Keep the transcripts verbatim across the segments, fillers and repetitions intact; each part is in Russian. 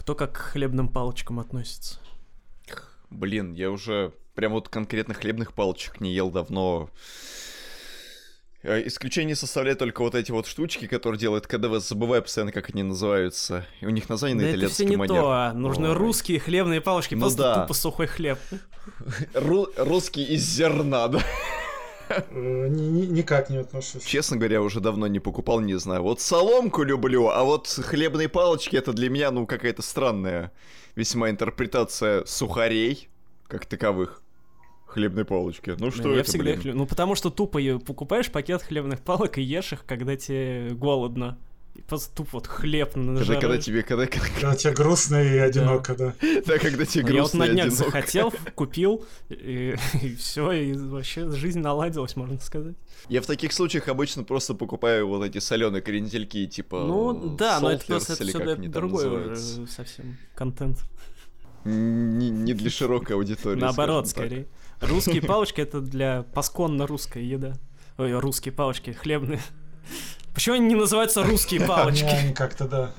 Что как к хлебным палочкам относится? Блин, я уже прям вот конкретно хлебных палочек не ел давно. Исключение составляют только вот эти вот штучки, которые делает КДВ, забываю постоянно, как они называются. И у них название да на итальянский манер. Это все не то, нужны Ой. русские хлебные палочки, ну просто да. Тупо сухой хлеб. Ру- русский из зерна, да? Никак не отношусь. Честно говоря, уже давно не покупал, не знаю. Вот соломку люблю, а вот хлебные палочки это для меня, ну, какая-то странная весьма интерпретация сухарей, как таковых. Хлебные палочки. Ну что я это, всегда блин? Хлеб... Ну потому что тупо покупаешь пакет хлебных палок и ешь их, когда тебе голодно. И просто тупо вот хлеб нажираешь. Когда, когда тебе... Когда, когда... когда тебе грустно и одиноко, да. Да, когда тебе грустно и одиноко. Я вот на днях захотел, купил, и, и все, и вообще жизнь наладилась, можно сказать. Я в таких случаях обычно просто покупаю вот эти соленые крендельки, типа... Ну да, но это просто это все другой уже называются. совсем контент. Не, не для широкой аудитории. Наоборот, скорее. Русские палочки — это для пасконно русская еда. Ой, русские палочки, хлебные. Почему они не называются русские палочки? Они как-то, да.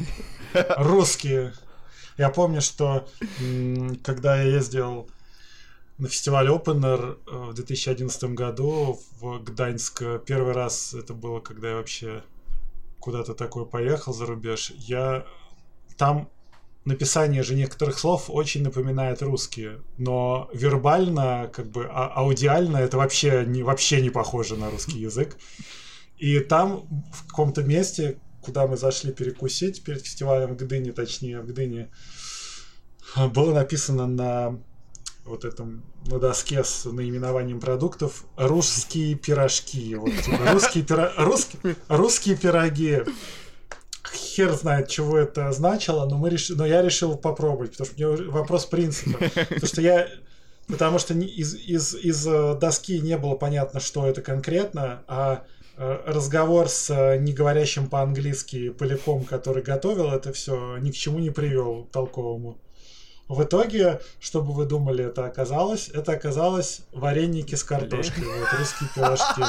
Русские. Я помню, что когда я ездил на фестиваль Open Air в две тысячи одиннадцатом году в Гданьск, первый раз это было, когда я вообще куда-то такое поехал за рубеж, я там... Написание же некоторых слов очень напоминает русские, но вербально, как бы а- аудиально это вообще не, вообще не похоже на русский язык. И там в каком-то месте, куда мы зашли перекусить перед фестивалем в Гдыне, точнее в Гдыне, было написано на вот этом на доске с наименованием продуктов «русские пирожки». Вот, типа, русские, пира... русские, русские пироги. Хер знает, чего это значило, но, мы реш... но я решил попробовать, потому что мне вопрос принципа. Потому что я... Потому что из, из, из доски не было понятно, что это конкретно, а разговор с не говорящим по-английски поляком, который готовил это все, ни к чему не привел толковому. В итоге, что бы вы думали, это оказалось? Это оказалось вареники с картошкой. Вот, русские пирожки.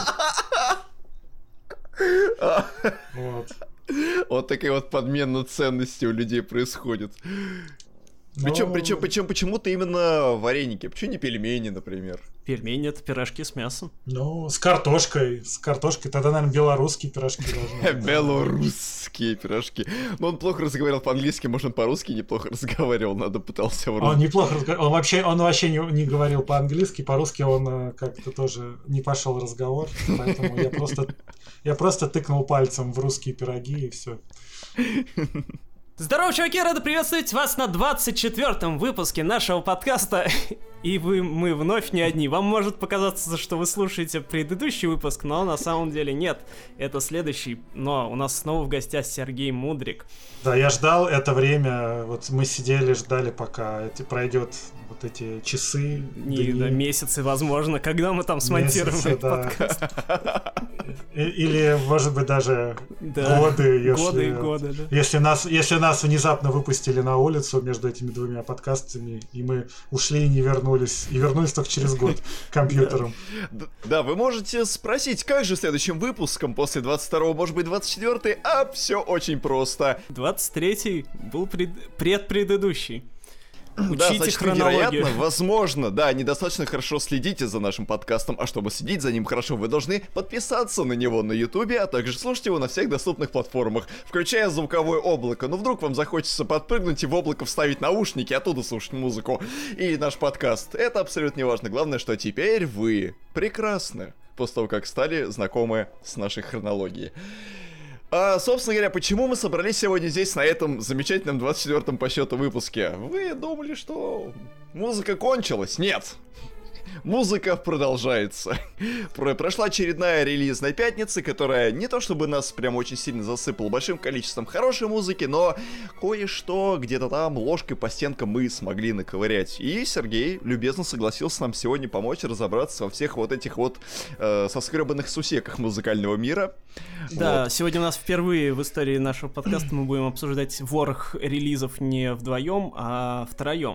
Вот. Вот такая вот подмена ценностей у людей происходит. Причем, Но... причем, причем почему-то именно вареники. Почему не пельмени, например? Пельмени — это пирожки с мясом. Ну, с картошкой. С картошкой. Тогда, наверное, белорусские пирожки должны быть. Белорусские пирожки. Но он плохо разговаривал по-английски, может, он по-русски неплохо разговаривал, надо пытался вроде. Он неплохо разговаривал. Он вообще, он вообще не, не говорил по-английски, по-русски он как-то тоже не пошел разговор. Поэтому я просто, я просто тыкнул пальцем в русские пироги и все. Здорово, чуваки, рады приветствовать вас на двадцать четвёртом выпуске нашего подкаста. И вы, мы вновь не одни. Вам может показаться, что вы слушаете предыдущий выпуск, но на самом деле нет. Это следующий, но у нас снова в гостях Сергей Мудрик. Да, я ждал это время, вот мы сидели, ждали, пока эти пройдет вот эти часы, дни, да, месяцы, возможно, когда мы там смонтируем месяцы, этот да. подкаст. Или, может быть, даже да. годы, если, годы и годы, да. если, нас, если нас внезапно выпустили на улицу между этими двумя подкастами, и мы ушли и не вернулись, и вернулись только через год компьютером. Да, да, вы можете спросить, как же следующим выпуском после двадцать второго, может быть, двадцать четвёртый, а все очень просто. двадцать третий был пред... предпредыдущий. Учите да, значит, хронологию. вероятно, возможно, да, недостаточно хорошо следите за нашим подкастом, а чтобы следить за ним хорошо, вы должны подписаться на него на Ютубе, а также слушать его на всех доступных платформах, включая звуковое облако. Ну, вдруг вам захочется подпрыгнуть и в облако вставить наушники, оттуда слушать музыку и наш подкаст. Это абсолютно не важно. Главное, что теперь вы прекрасны, после того, как стали знакомы с нашей хронологией. А, собственно говоря, почему мы собрались сегодня здесь, на этом замечательном двадцать четвёртом по счету выпуске? Вы думали, что музыка кончилась? Нет! Музыка продолжается. Прошла очередная релизная пятница, которая не то чтобы нас прям очень сильно засыпала большим количеством хорошей музыки, но кое-что где-то там ложкой по стенкам мы смогли наковырять. И Сергей любезно согласился нам сегодня помочь разобраться во всех вот этих вот э, соскребанных сусеках музыкального мира. Да, вот. Сегодня у нас впервые в истории нашего подкаста мы будем обсуждать ворох релизов не вдвоем, а втроем.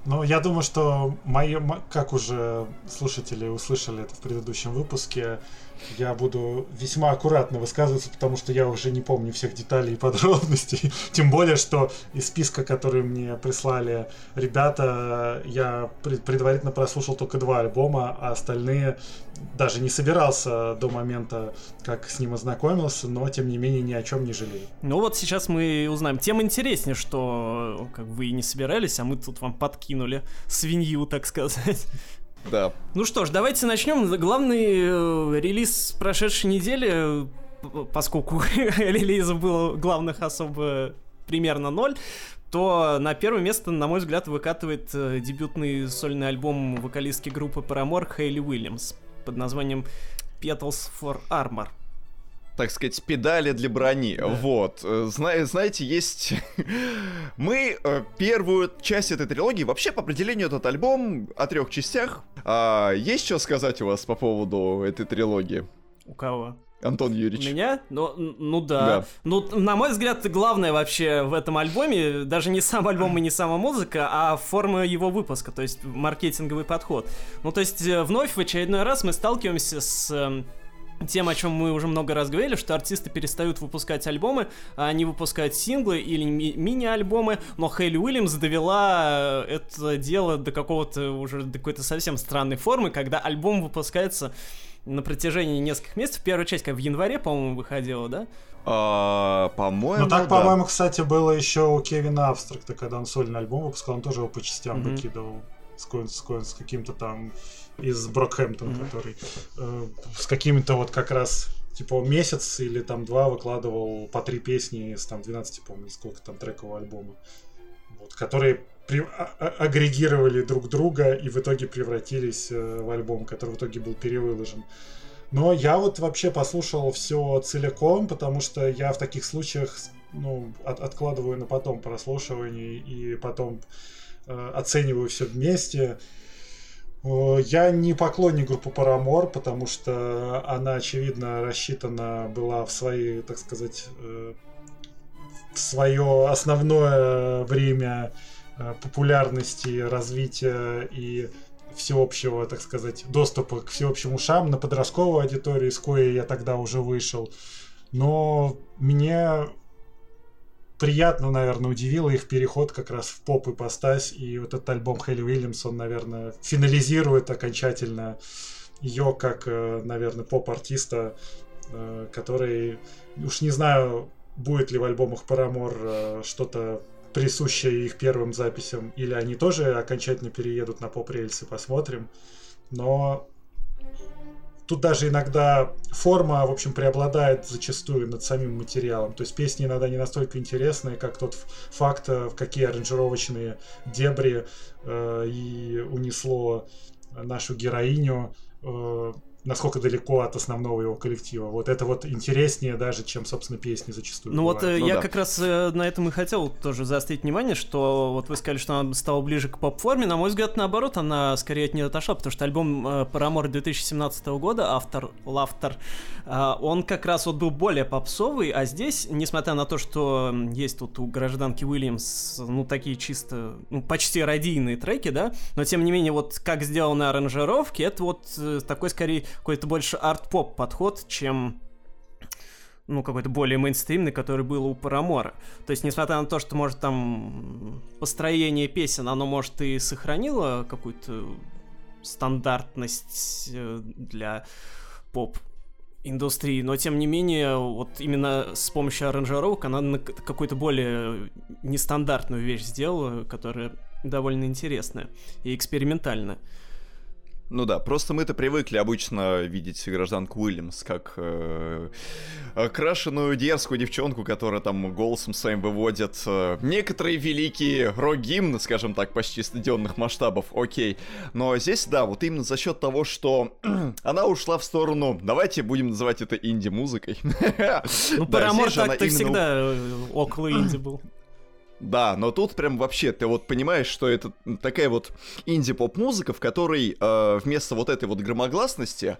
Ну, я думаю, что мои, как уже слушатели услышали это в предыдущем выпуске, я буду весьма аккуратно высказываться, потому что я уже не помню всех деталей и подробностей. Тем более, что из списка, который мне прислали ребята, я предварительно прослушал только два альбома, а остальные даже не собирался до момента, как с ним ознакомился, но, тем не менее, ни о чем не жалею. Ну вот сейчас мы узнаем. Тем интереснее, что как вы и не собирались, а мы тут вам подкинули свинью, так сказать. Да. Ну что ж, давайте начнем. Главный э, релиз прошедшей недели, поскольку релизов было главных особо примерно ноль, то на первое место, на мой взгляд, выкатывает э, дебютный сольный альбом вокалистки группы Paramore Хейли Уильямс под названием Petals for Armor. Так сказать, педали для брони. Да. Вот. Зна- знаете, есть... Мы э, первую часть этой трилогии... Вообще, по определению, этот альбом о трех частях. А, есть что сказать у вас по поводу этой трилогии? У кого? Антон Юрьевич. Меня? Ну, ну да. да. Ну, на мой взгляд, главное вообще в этом альбоме даже не сам альбом и не сама музыка, а форма его выпуска, то есть маркетинговый подход. Ну, то есть вновь в очередной раз мы сталкиваемся с... тем, о чем мы уже много раз говорили, что артисты перестают выпускать альбомы, а они выпускают синглы или ми- мини-альбомы, но Хейли Уильямс довела это дело до какого-то уже до какой-то совсем странной формы, когда альбом выпускается на протяжении нескольких месяцев. Первая часть как в январе, по-моему, выходила, да? А, по-моему, Ну так, да. по-моему, кстати, было еще у Кевина Абстракта, когда он сольный альбом выпускал, он тоже его по частям mm-hmm. выкидывал с, с, с каким-то там из Брокхэмптон, mm-hmm. который э, с какими-то вот как раз типа месяц или там два выкладывал по три песни с там двенадцати, помню, сколько там трекового альбома, вот, которые при, а, агрегировали друг друга и в итоге превратились э, в альбом, который в итоге был перевыложен. Но я вот вообще послушал все целиком, потому что я в таких случаях ну, от, откладываю на потом прослушивание и потом э, оцениваю все вместе. Я не поклонник группы Paramore, потому что она, очевидно, рассчитана была в свои, так сказать, в свое основное время популярности, развития и всеобщего, так сказать, доступа к всеобщим ушам на подростковую аудиторию, с коей я тогда уже вышел. Но мне приятно, наверное, удивило их переход как раз в поп-ипостась, и вот этот альбом Хейли Уильямс, он, наверное, финализирует окончательно ее как, наверное, поп-артиста, который, уж не знаю, будет ли в альбомах Paramore что-то присущее их первым записям, или они тоже окончательно переедут на поп-рельсы, посмотрим. Но тут даже иногда форма, в общем, преобладает зачастую над самим материалом. То есть песни иногда не настолько интересные, как тот факт, в какие аранжировочные дебри э, и унесло нашу героиню, э, насколько далеко от основного его коллектива. Вот это вот интереснее даже, чем, собственно, песни зачастую. Ну бывают. вот ну, я да. как раз на этом и хотел тоже заострить внимание, что вот вы сказали, что она стала ближе к поп-форме. На мой взгляд, наоборот, она скорее от нее отошла, потому что альбом Paramore две тысячи семнадцатого года, автор Laughter, он как раз вот был более попсовый, а здесь, несмотря на то, что есть тут у гражданки Уильямс, ну, такие чисто, ну, почти радийные треки, да, но тем не менее, вот как сделаны аранжировки, это вот такой, скорее, какой-то больше арт-поп подход, чем ну, какой-то более мейнстримный, который был у Paramore. То есть, несмотря на то, что, может, там построение песен, оно, может, и сохранило какую-то стандартность для поп-индустрии, но, тем не менее, вот именно с помощью аранжировок она какую-то более нестандартную вещь сделала, которая довольно интересная и экспериментальная. Ну да, просто мы-то привыкли обычно видеть гражданку Уильямс как э, крашеную дерзкую девчонку, которая там голосом своим выводит э, некоторые великие рок-гимны, скажем так, почти стадионных масштабов, окей. Но здесь, да, вот именно за счет того, что она ушла в сторону, давайте будем называть это инди-музыкой. Ну, Paramore так-то всегда около инди был. Да, но тут прям вообще ты вот понимаешь, что это такая вот инди-поп-музыка, в которой э, вместо вот этой вот громогласности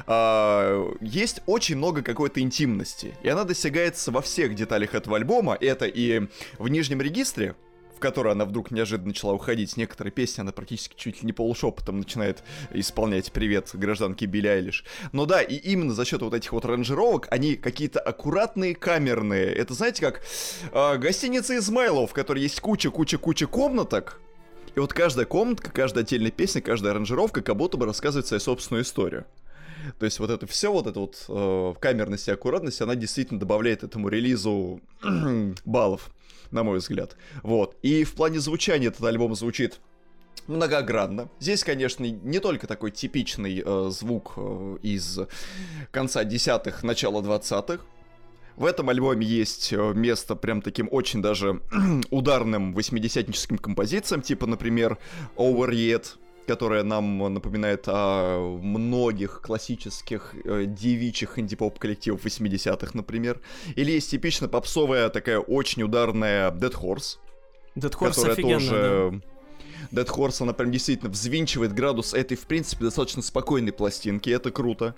э, есть очень много какой-то интимности. И она достигается во всех деталях этого альбома. Это и в нижнем регистре, которой она вдруг неожиданно начала уходить. Некоторые песни она практически чуть ли не полушепотом начинает исполнять «Привет гражданке Билли Айлиш». Но да, и именно за счет вот этих вот аранжировок они какие-то аккуратные, камерные. Это, знаете, как э, гостиница Измайлов, в которой есть куча-куча-куча комнаток. И вот каждая комнатка, каждая отдельная песня, каждая аранжировка как будто бы рассказывает свою собственную историю. То есть вот это все, вот эта вот э, камерность и аккуратность, она действительно добавляет этому релизу баллов, на мой взгляд. Вот. И в плане звучания этот альбом звучит многогранно. Здесь, конечно, не только такой типичный э, звук э, из конца десятых, начала двадцатых. В этом альбоме есть место прям таким очень даже ударным восьмидесятническим композициям, типа, например, Over Yet, которая нам напоминает о многих классических э, девичьих инди-поп коллективов восьмидесятых, например. Или есть типично попсовая такая очень ударная Dead Horse, Dead Horse которая офигенно, тоже... да. Dead Horse, она прям действительно взвинчивает градус этой, в принципе, достаточно спокойной пластинки, это круто.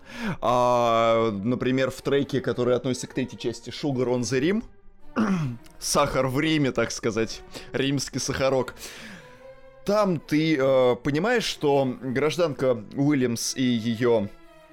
А, например, в треке, который относится к третьей части, Sugar on the Rim, сахар в Риме, так сказать, римский сахарок, там ты э, понимаешь, что гражданка Уильямс и ее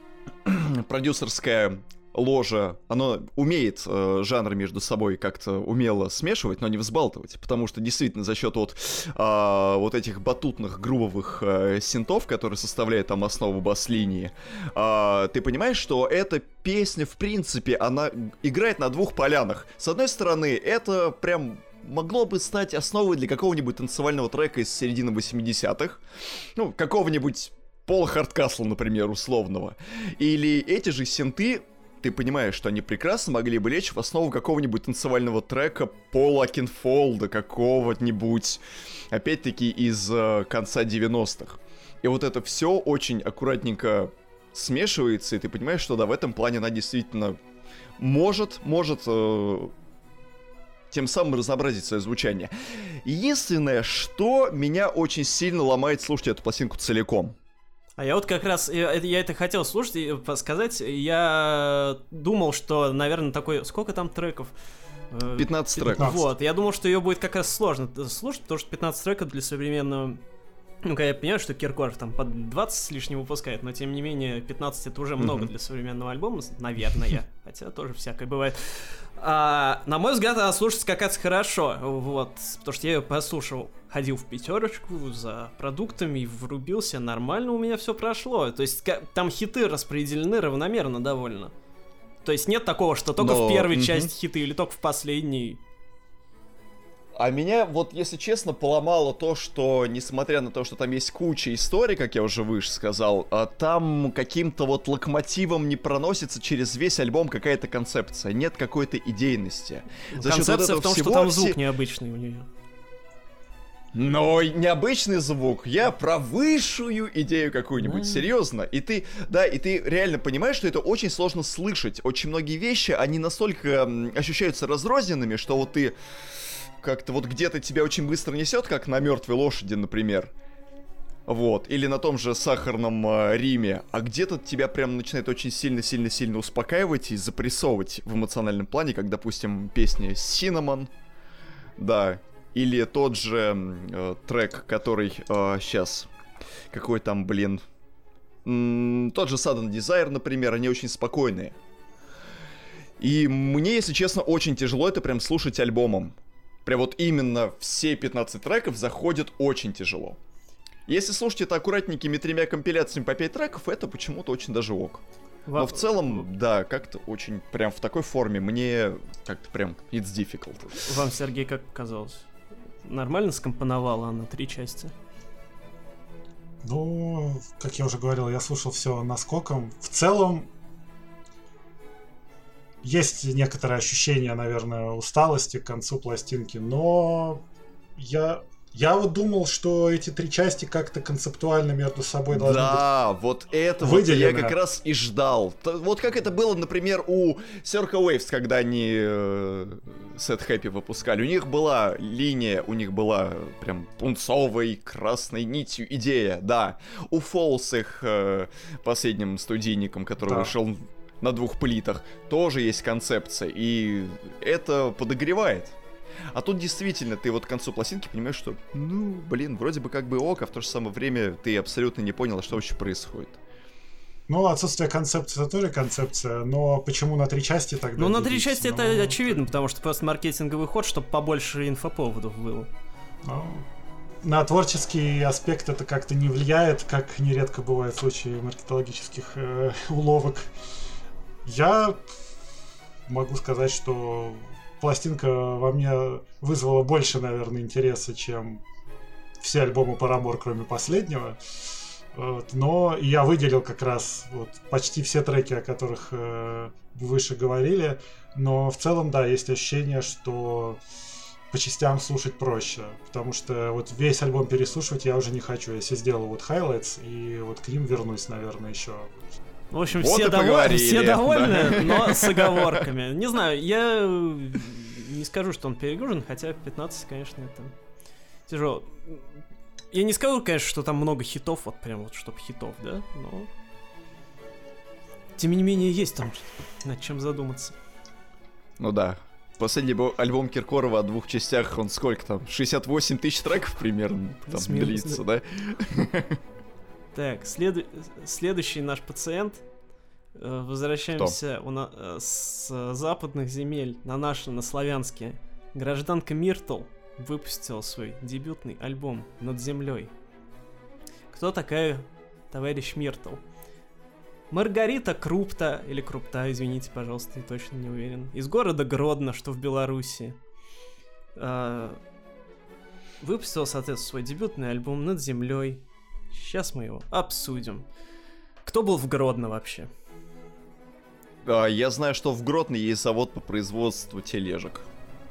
продюсерская ложа, оно умеет э, жанры между собой как-то умело смешивать, но не взбалтывать, потому что действительно за счет вот, э, вот этих батутных грубовых э, синтов, которые составляют там основу бас-линии, э, ты понимаешь, что эта песня, в принципе, она играет на двух полянах. С одной стороны, это прям могло бы стать основой для какого-нибудь танцевального трека из середины восьмидесятых, ну, какого-нибудь Пола Хардкасла, например, условного. Или эти же синты, ты понимаешь, что они прекрасно могли бы лечь в основу какого-нибудь танцевального трека Пола Окенфолда, какого-нибудь, опять-таки, из э, конца девяностых. И вот это все очень аккуратненько смешивается, и ты понимаешь, что да, в этом плане она действительно может, может э, тем самым разнообразить свое звучание. Единственное, что меня очень сильно ломает слушать эту пластинку целиком. А я вот как раз, я, я это хотел слушать и сказать, я думал, что, наверное, такой, сколько там треков? пятнадцать треков. Вот, я думал, что ее будет как раз сложно слушать, потому что пятнадцать треков для современного... Ну, я понимаю, что Киркоров там под двадцать с лишним выпускает, но тем не менее пятнадцать это уже много mm-hmm. для современного альбома, наверное, хотя тоже всякое бывает. А, на мой взгляд, она слушается как раз хорошо, вот, потому что я ее послушал, ходил в пятерочку за продуктами, врубился, нормально у меня все прошло, то есть там хиты распределены равномерно довольно. То есть нет такого, что только но... в первой mm-hmm. части хиты или только в последней. А меня, вот, если честно, поломало то, что, несмотря на то, что там есть куча историй, как я уже выше сказал, а там каким-то вот локомотивом не проносится через весь альбом какая-то концепция, нет какой-то идейности. За концепция вот в том, что там звук все... необычный у нее. Но необычный звук, я про высшую идею какую-нибудь, mm. серьезно. И ты, да, и ты реально понимаешь, что это очень сложно слышать. Очень многие вещи, они настолько ощущаются разрозненными, что вот ты... как-то вот где-то тебя очень быстро несет, как на мертвой лошади, например. Вот. Или на том же сахарном э, Риме. А где-то тебя прям начинает очень сильно-сильно-сильно успокаивать и запрессовывать в эмоциональном плане, как, допустим, песня Cinnamon. Да. Или тот же э, трек, который э, сейчас... Какой там, блин... М-м, тот же Sudden Desire, например, они очень спокойные. И мне, если честно, очень тяжело это прям слушать альбомом. Прям вот именно все пятнадцать треков заходят очень тяжело. Если слушать это аккуратненькими тремя компиляциями по пять треков, это почему-то очень даже ок. Но в целом, да, как-то очень прям в такой форме мне как-то прям it's difficult. Вам, Сергей, как казалось? Нормально скомпоновала она три части? Ну, как я уже говорил, я слушал все наскоком. В целом, есть некоторое ощущение, наверное, усталости к концу пластинки, но я, я вот думал, что эти три части как-то концептуально между собой должны да, быть Да, вот это вот я как раз и ждал. Вот как это было, например, у Circa Waves, когда они э, Set Happy выпускали. У них была линия, у них была прям пунцовой, красной нитью идея, да. У Falls их э, последним студийником, который да. вышел... на двух плитах, тоже есть концепция, и это подогревает. А тут действительно, ты вот к концу пластинки понимаешь, что, ну, блин, вроде бы как бы ок, а в то же самое время ты абсолютно не понял, что вообще происходит. Ну, отсутствие концепции — это тоже концепция, но почему на три части тогда? Ну, на три части ну, это очевидно, потому что просто маркетинговый ход, чтобы побольше инфоповодов было. Ну, на творческий аспект это как-то не влияет, как нередко бывает в случае маркетологических э, уловок. Я могу сказать, что пластинка во мне вызвала больше, наверное, интереса, чем все альбомы Paramore, кроме последнего. Вот. Но я выделил как раз вот почти все треки, о которых э, выше говорили. Но в целом, да, есть ощущение, что по частям слушать проще. Потому что вот весь альбом переслушивать я уже не хочу. Я себе сделал вот highlights, и вот к ним вернусь, наверное, еще. В общем, вот все, доволь... все довольны, да. но с оговорками. Не знаю, я не скажу, что он перегружен, хотя пятнадцать, конечно, это тяжело. Я не скажу, конечно, что там много хитов, вот прям вот, чтоб хитов, да, но... Тем не менее, есть там над чем задуматься. Ну да. Последний альбом Киркорова о двух частях, он сколько там? шестьдесят восемь тысяч треков примерно там Смелость, длится, да? Так, следу... следующий наш пациент. Возвращаемся у на... с западных земель на наши, на славянские. Гражданка Миртл выпустила свой дебютный альбом «Над землей». Кто такая товарищ Миртл? Маргарита Крупта, или Крупта, извините, пожалуйста, я точно не уверен. Из города Гродно, что в Беларуси. Выпустила, соответственно, свой дебютный альбом «Над землей». Сейчас мы его обсудим. Кто был в Гродно вообще? А, я знаю, что в Гродно есть завод по производству тележек.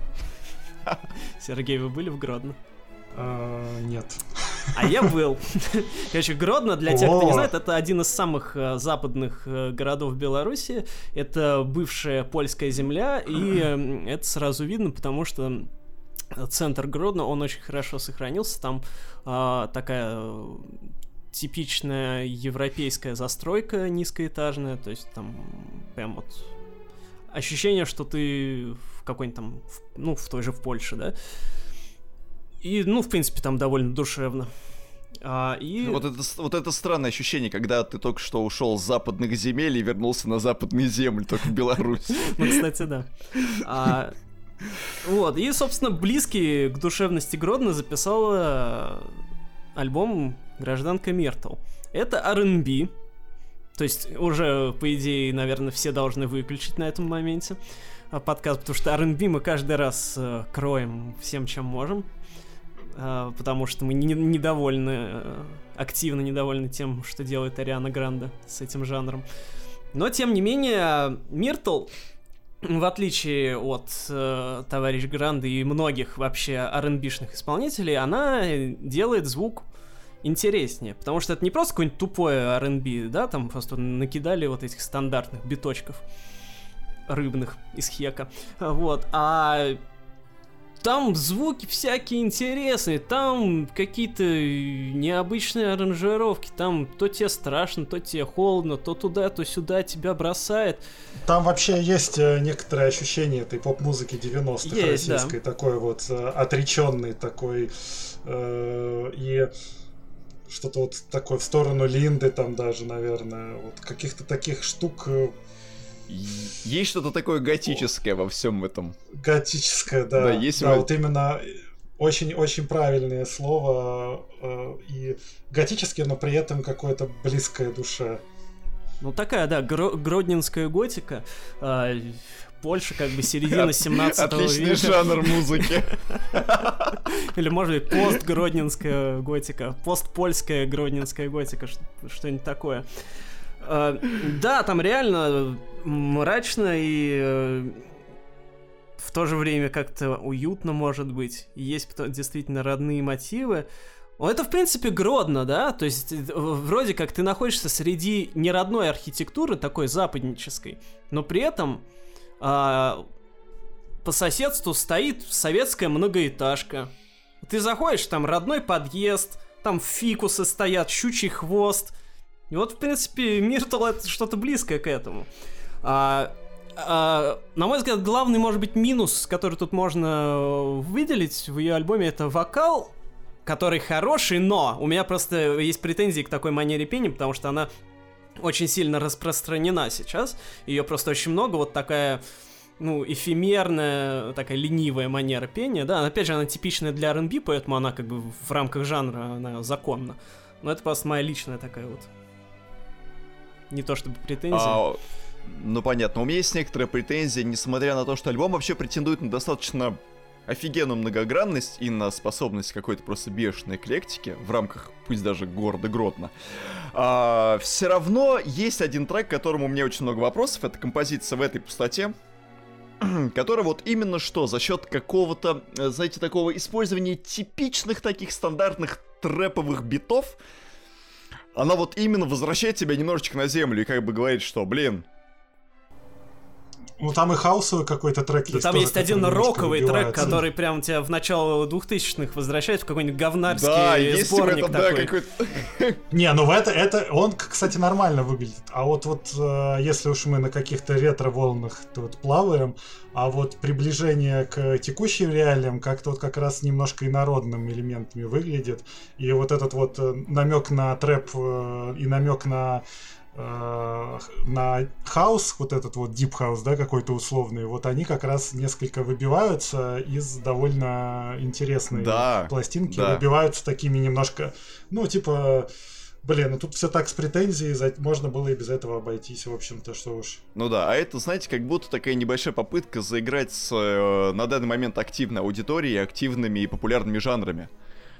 Сергей, вы были в Гродно? А, нет. А я был. Короче, Гродно, для тех, кто не знает, это один из самых э, западных э, городов Беларуси. Это бывшая польская земля, и э, это сразу видно, потому что центр Гродно, он очень хорошо сохранился. Там э, такая э, типичная европейская застройка низкоэтажная, то есть там прям вот ощущение, что ты в какой-нибудь там, в, ну, в той же в Польше, да? И, ну, в принципе, там довольно душевно. А, и... вот, это, вот это странное ощущение, когда ты только что ушел с западных земель и вернулся на западные земли, только в Беларусь. Ну, кстати, да. А, вот, и, собственно, близкий к душевности Гродно записал альбом «Гражданка Миртл». Это ар энд би, то есть уже, по идее, наверное, все должны выключить на этом моменте подкаст, потому что ар энд би мы каждый раз э, кроем всем, чем можем, э, потому что мы не, недовольны, э, активно недовольны тем, что делает Ариана Гранде с этим жанром. Но, тем не менее, Миртл, в отличие от э, товарища Гранде и многих вообще ар энд би-шных исполнителей, она делает звук интереснее, потому что это не просто какой-нибудь тупой ар энд би, да, там просто накидали вот этих стандартных биточков рыбных из хека, вот, а там звуки всякие интересные, там какие-то необычные аранжировки, там то тебе страшно, то тебе холодно, то туда, то сюда тебя бросает. Там вообще есть некоторое ощущение этой поп-музыки девяностых есть, российской, да. Такой вот отреченный такой, э, и что-то вот такое в сторону Линды там даже, наверное, вот каких-то таких штук. Есть что-то такое готическое во всем этом. Готическое, да. Да, есть да вы... вот именно очень-очень правильное слово. Э, и готическое, но при этом какое-то близкое душе. Ну такая, да, гро- гродненская готика. Э, Польша, как бы середина семнадцатого века. Отличный жанр музыки. Или, может быть, постгродненская готика, постпольская гродненская готика, что-нибудь такое. Да, там реально мрачно и в то же время как-то уютно, может быть. Есть действительно родные мотивы. Это, в принципе, Гродно, да? То есть, вроде как ты находишься среди неродной архитектуры, такой западнической, но при этом а, по соседству стоит советская многоэтажка. Ты заходишь, там родной подъезд, там фикусы стоят, щучий хвост. И вот, в принципе, Миртл — это что-то близкое к этому. А, а, на мой взгляд, главный, может быть, минус, который тут можно выделить в ее альбоме, это вокал, который хороший, но у меня просто есть претензии к такой манере пения, потому что она очень сильно распространена сейчас. Ее просто очень много, вот такая, ну, эфемерная, такая ленивая манера пения, да. Опять же, она типичная для ар энд би, поэтому она как бы в рамках жанра, она законна. Но это просто моя личная такая вот, не то чтобы претензия. А, ну, понятно. У меня есть некоторые претензии, несмотря на то, что альбом вообще претендует на достаточно офигенную многогранность и на способность какой-то просто бешеной эклектики в рамках, пусть даже города Гродно. А, все равно есть один трек, к которому у меня очень много вопросов. Это композиция «В этой пустоте», которая вот именно что, за счет какого-то, знаете, такого использования типичных таких стандартных трэповых битов, она вот именно возвращает тебя немножечко на землю и как бы говорит, что, блин... Ну, там и хаусовый какой-то трек да есть. там тоже, есть один роковый трек, выбивается. который прям тебя в начало двухтысячных возвращает в какой-нибудь говнарский да, есть сборник этом, такой. Да, какой-то... Не, ну в это, это, он, кстати, нормально выглядит. А вот, вот э, если уж мы на каких-то ретро-волнах тут плаваем, а вот приближение к текущим реалиям как-то вот как раз немножко инородным элементами выглядит. И вот этот вот намек на трэп э, и намек на на хаус, вот этот вот deep house, да, какой-то условный, вот они как раз несколько выбиваются из довольно интересной да, пластинки, да. выбиваются такими немножко, ну, типа, блин, ну тут все так с претензией, можно было и без этого обойтись, в общем-то, что уж. Ну да, а это, знаете, как будто такая небольшая попытка заиграть с, э, на данный момент активной аудиторией, активными и популярными жанрами.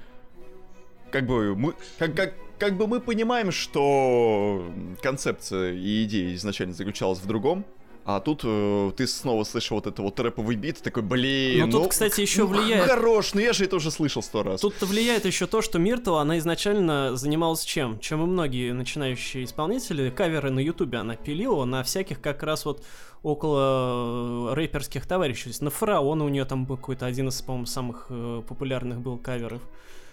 Как бы мы, как, как, как бы мы понимаем, что концепция и идея изначально заключалась в другом, а тут э, ты снова слышал вот это вот трэповый бит, такой, блин, ну... тут, ну, кстати, еще ну, влияет... хорош, ну я же это уже слышал сто раз. Тут влияет еще то, что Миртл, она изначально занималась чем? Чем и многие начинающие исполнители, каверы на ютубе она пилила на всяких как раз вот около рэперских товарищей. То есть на Фараона у нее там был какой-то один из, по-моему, самых э, популярных был каверов.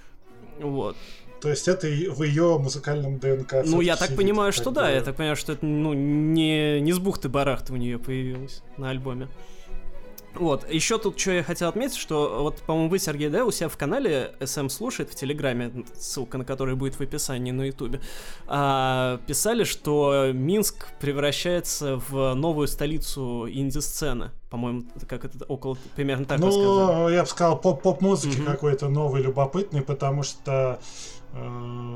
Вот. То есть это в ее музыкальном ДНК. Ну, я так сидит, понимаю, что да. бы... Я так понимаю, что это ну, не, не с бухты-барахты у нее появилось на альбоме. Вот. Еще тут что я хотел отметить, что вот, по-моему, вы, Сергей, да, у себя в канале эс эм слушает в Телеграме, ссылка на который будет в описании на Ютубе, а, писали, что Минск превращается в новую столицу инди-сцены. По-моему, как это около примерно так ну, рассказали. Ну, я бы сказал, поп- поп-музыки Mm-hmm. какой-то новый, любопытный, потому что э,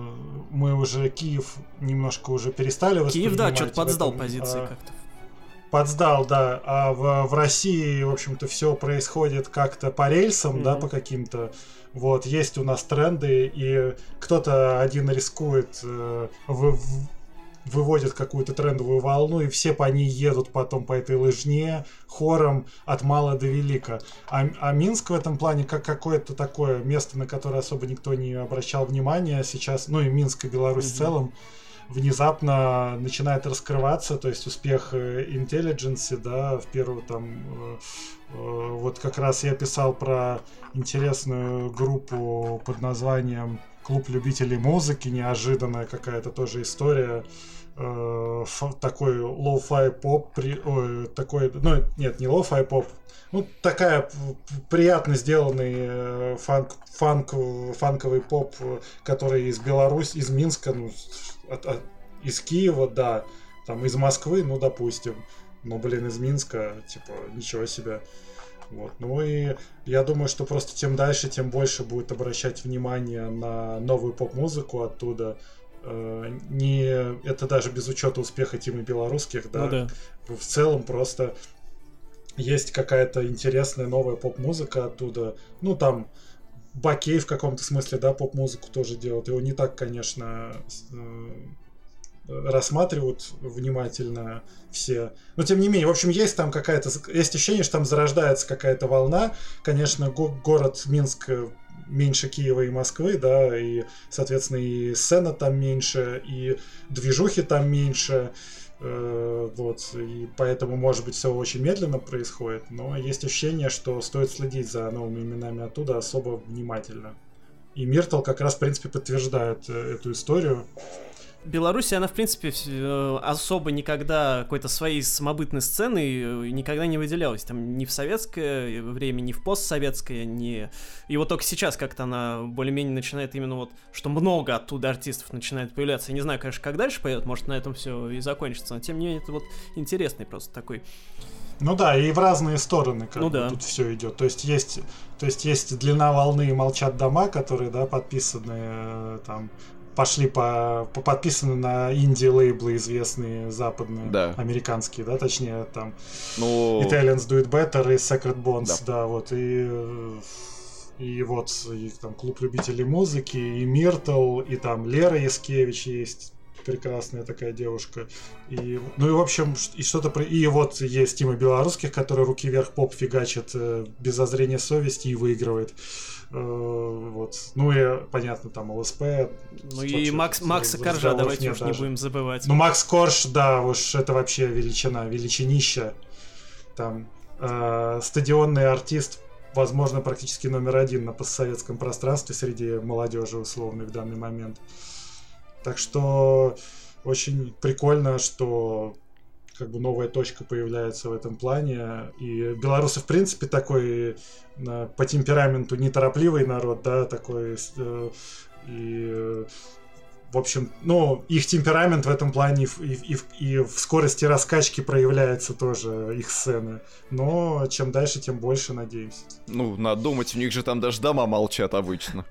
мы уже Киев немножко уже перестали воспринимать. Киев, да, что-то подсдал этом, позиции а, как-то. Подсдал, да. А в, в России, в общем-то, все происходит как-то по рельсам, mm-hmm. да, по каким-то. Вот, есть у нас тренды, и кто-то один рискует, э, в, в, выводит какую-то трендовую волну, и все по ней едут потом по этой лыжне хором от мала до велика. А, а Минск в этом плане как какое-то такое место, на которое особо никто не обращал внимания сейчас, ну и Минск и Беларусь mm-hmm. в целом, внезапно начинает раскрываться, то есть успех Intelligence, да, в первую там, э, э, вот как раз я писал про интересную группу под названием «Клуб любителей музыки», неожиданная какая-то тоже история, э, ф- такой лоу-фай поп, при, ой, такой, ну нет, не лоу-фай поп, ну такая приятно сделанный фанк, фанк, фанковый поп, который из Беларуси, из Минска, ну, От, от, из Киева, да, там из Москвы, ну, допустим, но, блин, из Минска, типа, ничего себе. Вот. Ну и я думаю, что просто тем дальше, тем больше будет обращать внимание на новую поп-музыку оттуда. Э, не, это даже без учета успеха Тимы Белорусских, да. Ну, да. В целом просто есть какая-то интересная новая поп-музыка оттуда. Ну, там Бакей в каком-то смысле, да, поп-музыку тоже делают. Его не так, конечно, рассматривают внимательно все. Но тем не менее, в общем, есть там какая-то... Есть ощущение, что там зарождается какая-то волна. Конечно, го- город Минск меньше Киева и Москвы, да, и, соответственно, и сцена там меньше, и движухи там меньше. Вот, и поэтому, может быть, все очень медленно происходит, но есть ощущение, что стоит следить за новыми именами оттуда особо внимательно. И Миртл как раз, в принципе, подтверждает эту историю. Беларусь, она, в принципе, особо никогда какой-то своей самобытной сцены никогда не выделялась. Там ни в советское время, ни в постсоветское, ни... И вот только сейчас как-то она более-менее начинает именно вот, что много оттуда артистов начинает появляться. Я не знаю, конечно, как дальше пойдет, может, на этом все и закончится, но тем не менее, это вот интересный просто такой... Ну да, и в разные стороны как ну бы да. тут все идет. То есть есть, то есть есть длина волны и молчат дома, которые, да, подписаны там... пошли по, по подписаны на инди-лейблы известные западные, да. американские, да, точнее, там ну... Italians Do It Better и Sacred Bones, да, да вот, и, и вот, и там Клуб любителей музыки, и Миртл, и там Лера Яскевич есть, прекрасная такая девушка, и, ну и в общем, и что-то, и вот есть Тима Белорусских, который руки вверх поп фигачит без зазрения совести и выигрывает. Вот. Ну и понятно, там ЛСП. Ну и Макс, Макса Коржа, давайте уж даже не будем забывать. Ну Макс Корж, да, уж это вообще величина, величинища. Там э, стадионный артист, возможно, практически номер один на постсоветском пространстве среди молодежи условной в данный момент. Так что очень прикольно, что как бы новая точка появляется в этом плане. И белорусы, в принципе, такой э, по темпераменту неторопливый народ, да, такой. Э, и, э, в общем, ну, их темперамент в этом плане и, и, и в скорости раскачки проявляется тоже, их сцены. Но чем дальше, тем больше, надеемся. Ну, надо думать, у них же там даже дома молчат обычно.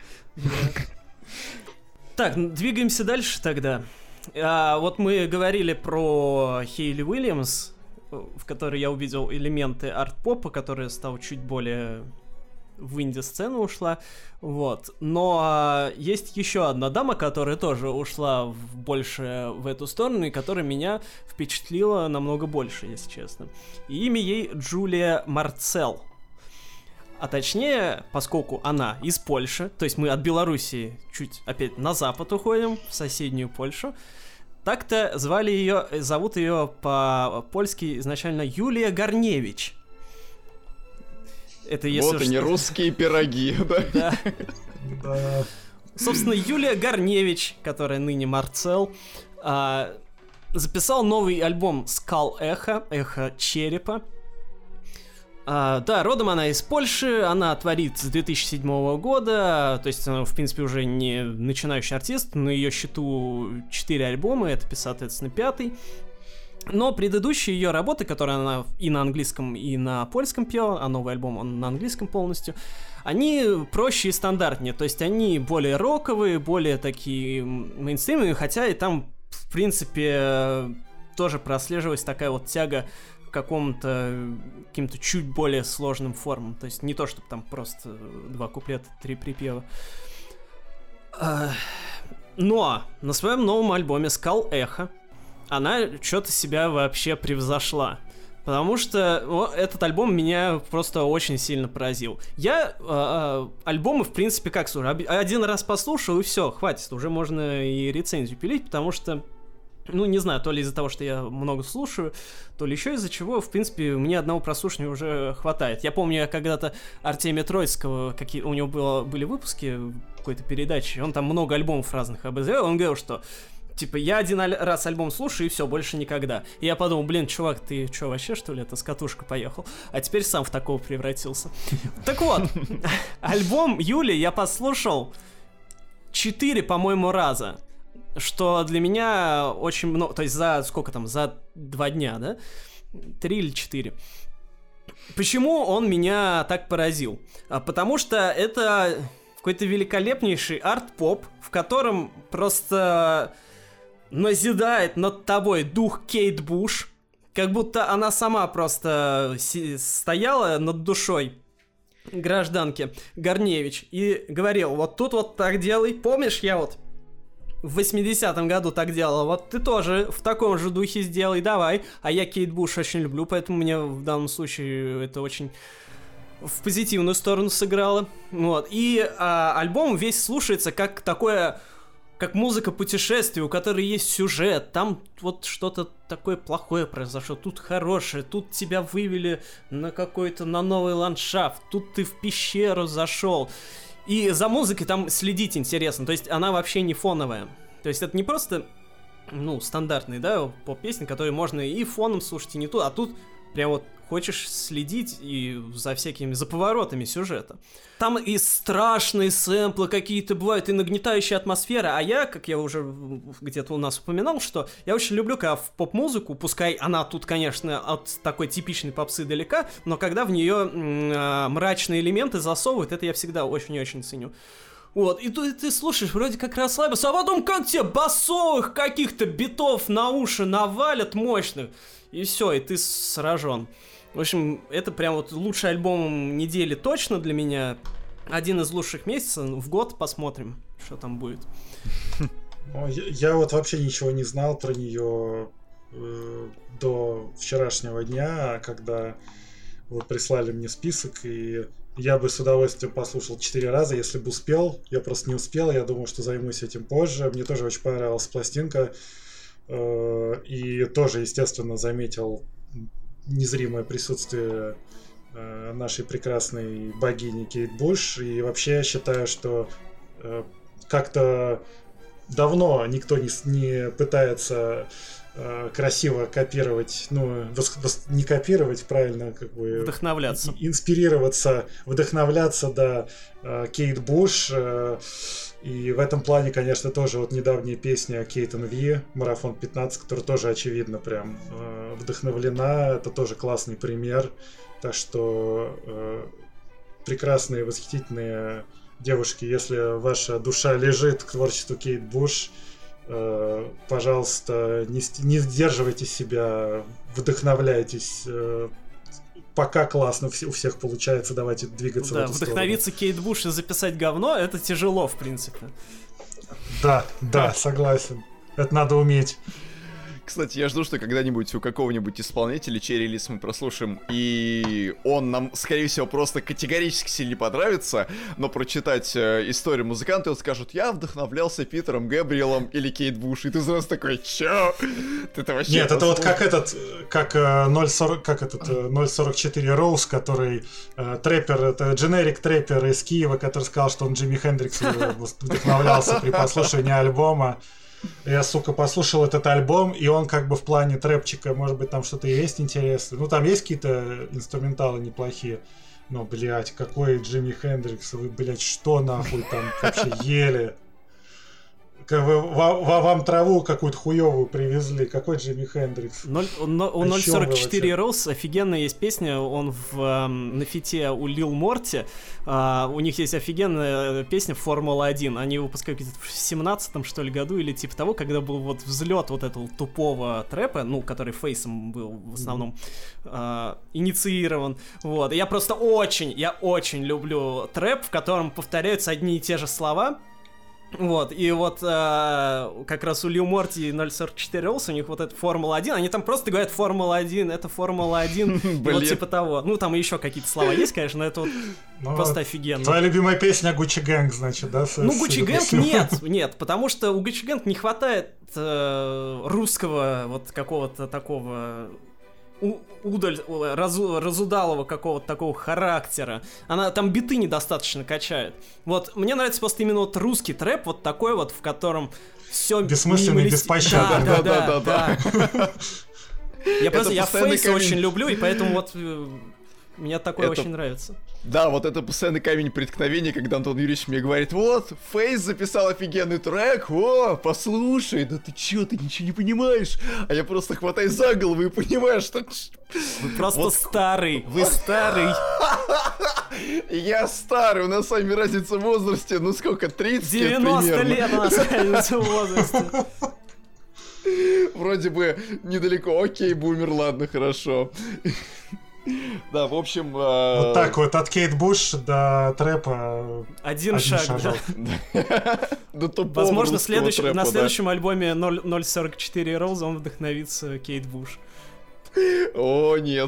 Так, двигаемся дальше тогда. А, вот мы говорили про Хейли Уильямс, в которой я увидел элементы арт-попа, которая стала чуть более в инди-сцену ушла, вот. Но а, есть еще одна дама, которая тоже ушла в, больше в эту сторону, и которая меня впечатлила намного больше, если честно. И имя ей Джулия Марцел. А точнее, поскольку она из Польши, то есть мы от Белоруссии чуть опять на запад уходим, в соседнюю Польшу, так-то звали ее, зовут ее по-польски изначально Юлия Гарневич. Это если вот они, что... русские пироги, да? Да. Собственно, Юлия Гарневич, которая ныне Марцел, записал новый альбом Skull Echo, Эхо черепа. А, да, родом она из Польши, она творит с две тысячи седьмого года, то есть она, в принципе, уже не начинающий артист, на ее счету четыре альбома, это, соответственно, пятый. Но предыдущие ее работы, которые она и на английском, и на польском пела, а новый альбом он на английском полностью, они проще и стандартнее, то есть они более роковые, более такие мейнстримные, хотя и там, в принципе, тоже прослеживалась такая вот тяга какому-то каким-то чуть более сложным формам. То есть не то, чтобы там просто два куплета, три припева. Но на своем новом альбоме Skull Echo она что-то себя вообще превзошла. Потому что о, этот альбом меня просто очень сильно поразил. Я э, альбомы, в принципе, как слушаю, один раз послушал, и все, хватит, уже можно и рецензию пилить, потому что ну, не знаю, то ли из-за того, что я много слушаю, то ли еще из-за чего, в принципе, мне одного прослушивания уже хватает. Я помню, я когда-то Артемия Троицкого, какие у него было, были выпуски какой-то передачи, он там много альбомов разных обозревал, он говорил, что типа, я один раз альбом слушаю, и все, больше никогда. И я подумал, блин, чувак, ты что, вообще, что ли, это с катушка поехал? А теперь сам в такого превратился. Так вот, альбом Юли я послушал четыре, по-моему, раза. Что для меня очень много, то есть за сколько там, за два дня, да? Три или четыре. Почему он меня так поразил? А потому что это какой-то великолепнейший арт-поп, в котором просто назидает над тобой дух Кейт Буш, как будто она сама просто стояла над душой гражданки Гарневич и говорила, вот тут вот так делай, помнишь, я вот в восьмидесятом году так делала, вот ты тоже в таком же духе сделай, давай. А я Кейт Буш очень люблю, поэтому мне в данном случае это очень в позитивную сторону сыграло. Вот. И а, альбом весь слушается как такое, как музыка путешествия, у которой есть сюжет. Там вот что-то такое плохое произошло, тут хорошее, тут тебя вывели на какой-то, на новый ландшафт, тут ты в пещеру зашел. И за музыкой там следить интересно, то есть она вообще не фоновая. То есть это не просто, ну, стандартный, да, поп-песни, которые можно и фоном слушать, и не тут, а тут прям вот хочешь следить и за всякими, за поворотами сюжета. Там и страшные сэмплы какие-то бывают, и нагнетающая атмосфера, а я, как я уже где-то у нас упоминал, что я очень люблю, когда в поп-музыку, пускай она тут, конечно, от такой типичной попсы далека, но когда в нее м- мрачные элементы засовывают, это я всегда очень-очень ценю. Вот, и тут ты слушаешь, вроде как расслабился, а потом как тебе басовых каких-то битов на уши навалят мощных, и все, и ты сражен. В общем, это прям вот лучший альбом недели точно для меня. Один из лучших месяцев. В год посмотрим, что там будет. Я, я вот вообще ничего не знал про нее э, до вчерашнего дня, когда вы прислали мне список, и я бы с удовольствием послушал четыре раза, если бы успел. Я просто не успел, я думал, что займусь этим позже. Мне тоже очень понравилась пластинка. Э, и тоже, естественно, заметил незримое присутствие э, нашей прекрасной богини Кейт Буш. И вообще я считаю, что э, как-то давно никто не, не пытается э, красиво копировать, ну, вос, вос, не копировать, правильно, как бы... Вдохновляться. И, инспирироваться, вдохновляться, да, э, Кейт Буш. Э, и в этом плане, конечно, тоже вот недавняя песня Кейтон Ви, Марафон пятнадцать, которая тоже, очевидно, прям э, вдохновлена. Это тоже классный пример. Так что э, прекрасные, восхитительные девушки, если ваша душа лежит к творчеству Кейт Буш, э, пожалуйста, не, не сдерживайте себя, вдохновляйтесь. Э, пока классно у всех получается, давайте двигаться да, в эту вдохновиться сторону. Кейт Буш и записать говно, это тяжело, в принципе. Да, да, согласен. Это надо уметь. Кстати, я жду, что когда-нибудь у какого-нибудь исполнителя чей релиз мы прослушаем, и он нам, скорее всего, просто категорически сильно не понравится, но прочитать э, историю музыканта, и он скажет: я вдохновлялся Питером Гэбриэлом или Кейт Буш, и ты сразу такой: чё? Это вообще... Нет, это вот как этот, как ноль сорок, как этот ноль сорок четыре Роуз, который э, трэпер, это дженерик трэпер из Киева, который сказал, что он Джимми Хендрикс вдохновлялся при прослушивании альбома. Я, сука, послушал этот альбом, и он как бы в плане трэпчика, может быть, там что-то и есть интересное. Ну, там есть какие-то инструменталы неплохие. Но, блядь, какой Джимми Хендрикс? Вы, блядь, что нахуй там вообще ели? Вы, вам, вам траву какую-то хуёвую привезли. Какой Джимми Хендрикс? ноль, у ноль сорок четыре Роуз офигенная есть песня. Он в, э, на фите у Лил Морти. Э, у них есть офигенная песня Формула один. Они выпускают где-то в семнадцатом, что ли, году или типа того, когда был вот взлет вот этого тупого трэпа, ну, который фейсом был в основном э, инициирован. Вот. И я просто очень, я очень люблю трэп, в котором повторяются одни и те же слова. Вот, и вот э, как раз у Лил Морти и ноль сорок четыре Роуз, у них вот это Формула один, они там просто говорят Формула один, это Формула один, вот типа того. Ну, там еще какие-то слова есть, конечно, но это вот ну, просто офигенно. Твоя любимая песня Гуччи Гэнг, значит, да? Ну, Гуччи Гэнг нет, нет, потому что у Гуччи Гэнг не хватает э, русского вот какого-то такого... удаль, разу, разудалого какого-то такого характера. Она там биты недостаточно качает. Вот, мне нравится просто именно вот русский трэп, вот такой вот, в котором все бессмысленный, беспощадный. Да, да, да, да. Я просто, я Фейса очень люблю, и поэтому вот мне такое очень нравится. Да, вот это постоянный камень преткновения, когда Антон Юрьевич мне говорит: вот, Фейс записал офигенный трек, о, послушай, да ты чё, ты ничего не понимаешь? А я просто хватаюсь за голову и понимаю, что... Вы просто вот... старый, вы старый. Я старый, у нас с вами разница в возрасте, ну сколько, тридцать лет примерно? девяносто лет у нас разница в возрасте. Вроде бы недалеко, окей, бумер, ладно, хорошо. Да, в общем... Э... Вот так вот, от Кейт Буш до трэпа... Один, один шаг, шажок. Да. Возможно, следующ... трэпа, на следующем да. альбоме ноль сорок четыре Роуз он вдохновится Кейт Буш. О, нет.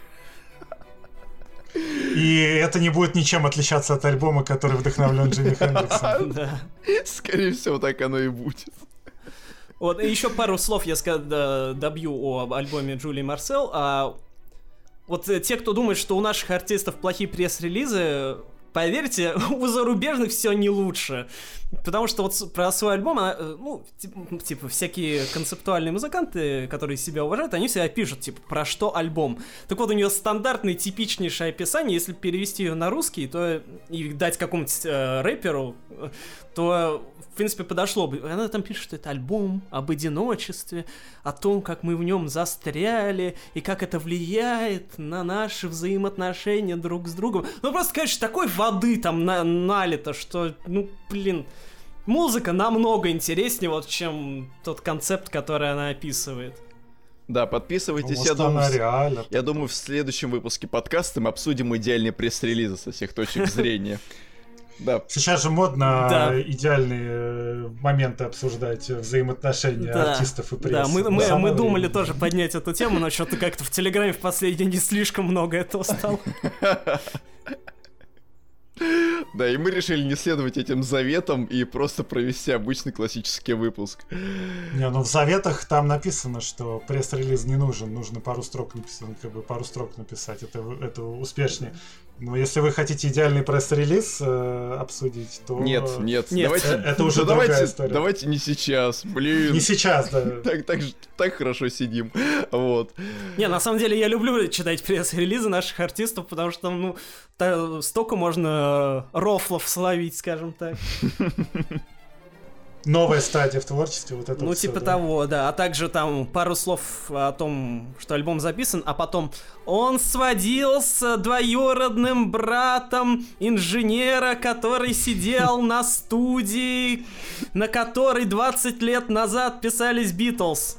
И это не будет ничем отличаться от альбома, который вдохновлен Джимми Хендриксом. Да. Скорее всего, так оно и будет. Вот, и еще пару слов я добью о альбоме Джулии Марсел. А вот те, кто думает, что у наших артистов плохие пресс-релизы, поверьте, у зарубежных все не лучше. Потому что вот про свой альбом, она, ну, типа, типа, всякие концептуальные музыканты, которые себя уважают, они всегда пишут, типа, про что альбом. Так вот, у нее стандартное, типичнейшее описание, если перевести ее на русский, то и дать какому-нибудь э, рэперу, то, в принципе, подошло бы. Она там пишет, что это альбом об одиночестве, о том, как мы в нем застряли, и как это влияет на наши взаимоотношения друг с другом. Ну, просто, конечно, такой воды там на- налито, что, ну, блин... Музыка намного интереснее, вот, чем тот концепт, который она описывает. Да, подписывайтесь, Ну, я думаю, реально. я думаю, в следующем выпуске подкаста мы обсудим идеальные пресс-релизы со всех точек зрения. Да. Сейчас же модно Да. идеальные моменты обсуждать взаимоотношения Да. артистов и прессы. Да, мы, мы, Самое мы время. думали тоже поднять эту тему, но что-то как-то в Телеграме в последнее не слишком много этого стало. Да, и мы решили не следовать этим заветам и просто провести обычный классический выпуск. Не, ну в заветах там написано, что пресс-релиз не нужен, нужно пару строк написать, как бы пару строк написать, это, это успешнее. Но если вы хотите идеальный пресс-релиз э, обсудить, то... Нет, нет, Нет, давайте... э- это уже да другая давайте, история. давайте не сейчас, блин. Не сейчас, да. Так, так, ж- так хорошо сидим, вот. Не, на самом деле я люблю читать пресс-релизы наших артистов, потому что там, ну, та- столько можно э, рофлов словить, скажем так. Новая стадия в творчестве, вот это Ну, вот всё, типа да. того, да. А также там пару слов о том, что альбом записан, а потом он сводил с двоюродным братом инженера, который сидел на студии, на которой двадцать лет назад писались Битлз.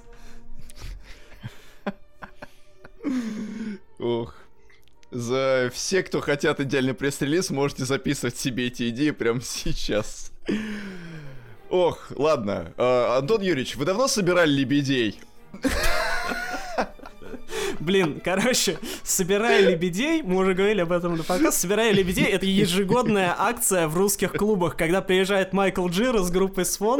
Ох. За все, кто хотят идеальный пресс-релиз, можете записывать себе эти идеи прямо сейчас. Ох, ладно. А, Антон Юрьевич, вы давно собирали лебедей? Блин, короче, «Собирая лебедей», мы уже говорили об этом на подкасте, «Собирая лебедей» — это ежегодная акция в русских клубах, когда приезжает Майкл Джиро с группой Swans.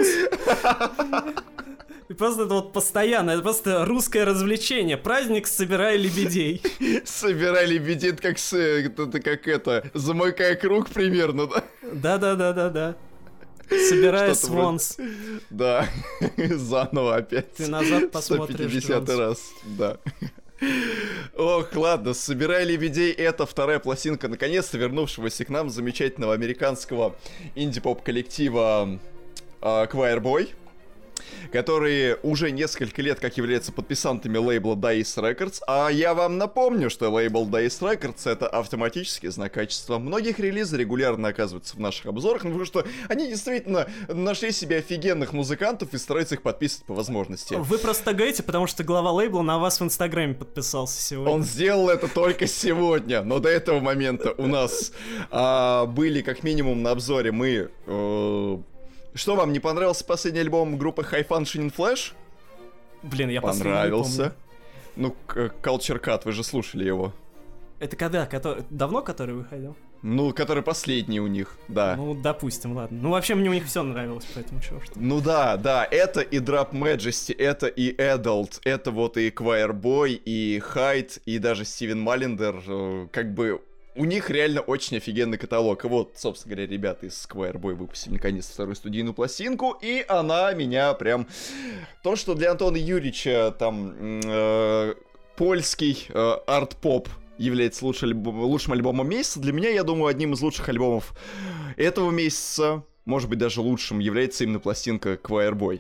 И просто это вот постоянно, это просто русское развлечение, праздник «Собирая лебедей». Собирай лебедей, это как, с, это как это, замыкая круг примерно, да? Да-да-да-да-да. «Собирая Что-то вроде- Swans». Да, заново опять. Ты назад сто посмотришь, пятидесятый Джонс. раз, да. Ох, ладно, «Собирай лебедей» — это вторая пластинка наконец-то вернувшегося к нам замечательного американского инди-поп-коллектива а, Choir Boy, которые уже несколько лет как являются подписантами лейбла Dice Records, а я вам напомню, что лейбл Dice Records — это автоматический знак качества. Многих релизы регулярно оказываются в наших обзорах, ну, потому что они действительно нашли себе офигенных музыкантов и стараются их подписывать по возможности. Вы просто говорите, потому что глава лейбла на вас в Инстаграме подписался сегодня. Он сделал это только сегодня, но до этого момента у нас а, были как минимум на обзоре мы... э, Что, вам не понравился последний альбом группы High Functioning Flash? Блин, я последний не Понравился. помню. Ну, к- Culture Cut, вы же слушали его. Это когда? Который... Давно который выходил? Ну, который последний у них, да. Ну, Ну, допустим, ладно. Ну, вообще, мне у них все нравилось, поэтому чего что. да, да, это и Drop Majesty, это и Adult, это вот и Choir Boy, и Hyde, и даже Стивен Маллендер, э, как бы... У них реально очень офигенный каталог. И вот, собственно говоря, ребята из Choir Boy выпустили наконец вторую студийную пластинку, и она меня прям... То, что для Антона Юрьевича там э, польский э, арт-поп является лучшим, альбом, лучшим альбомом месяца, для меня, я думаю, одним из лучших альбомов этого месяца, может быть, даже лучшим, является именно пластинка Choir Boy.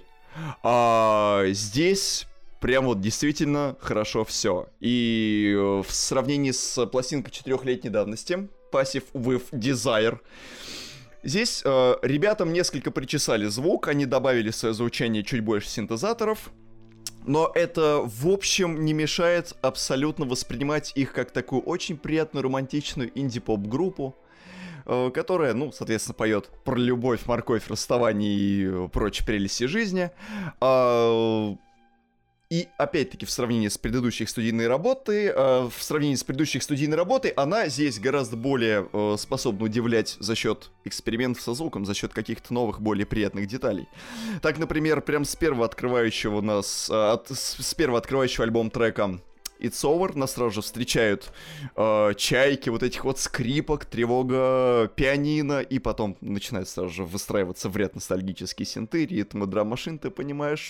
А здесь... Прям вот действительно хорошо все. И э, в сравнении с пластинкой четырехлетней давности, Passive with Desire, здесь э, ребятам несколько причесали звук, они добавили в свое звучание чуть больше синтезаторов, но это, в общем, не мешает абсолютно воспринимать их как такую очень приятную романтичную инди-поп-группу, э, которая, ну, соответственно, поет про любовь, морковь, расставание и прочие прелести жизни. А, И, опять-таки, в сравнении с предыдущей студийной работой, э, в сравнении с предыдущей студийной работой, она здесь гораздо более э, способна удивлять за счет экспериментов со звуком, за счет каких-то новых, более приятных деталей. Так, например, прям с первого открывающего нас, э, от, с, с первого открывающего альбом трека It's Over, нас сразу же встречают э, чайки, вот этих вот скрипок, тревога пианино, и потом начинает сразу же выстраиваться в ряд ностальгические синты, ритмы драм-машин, ты понимаешь,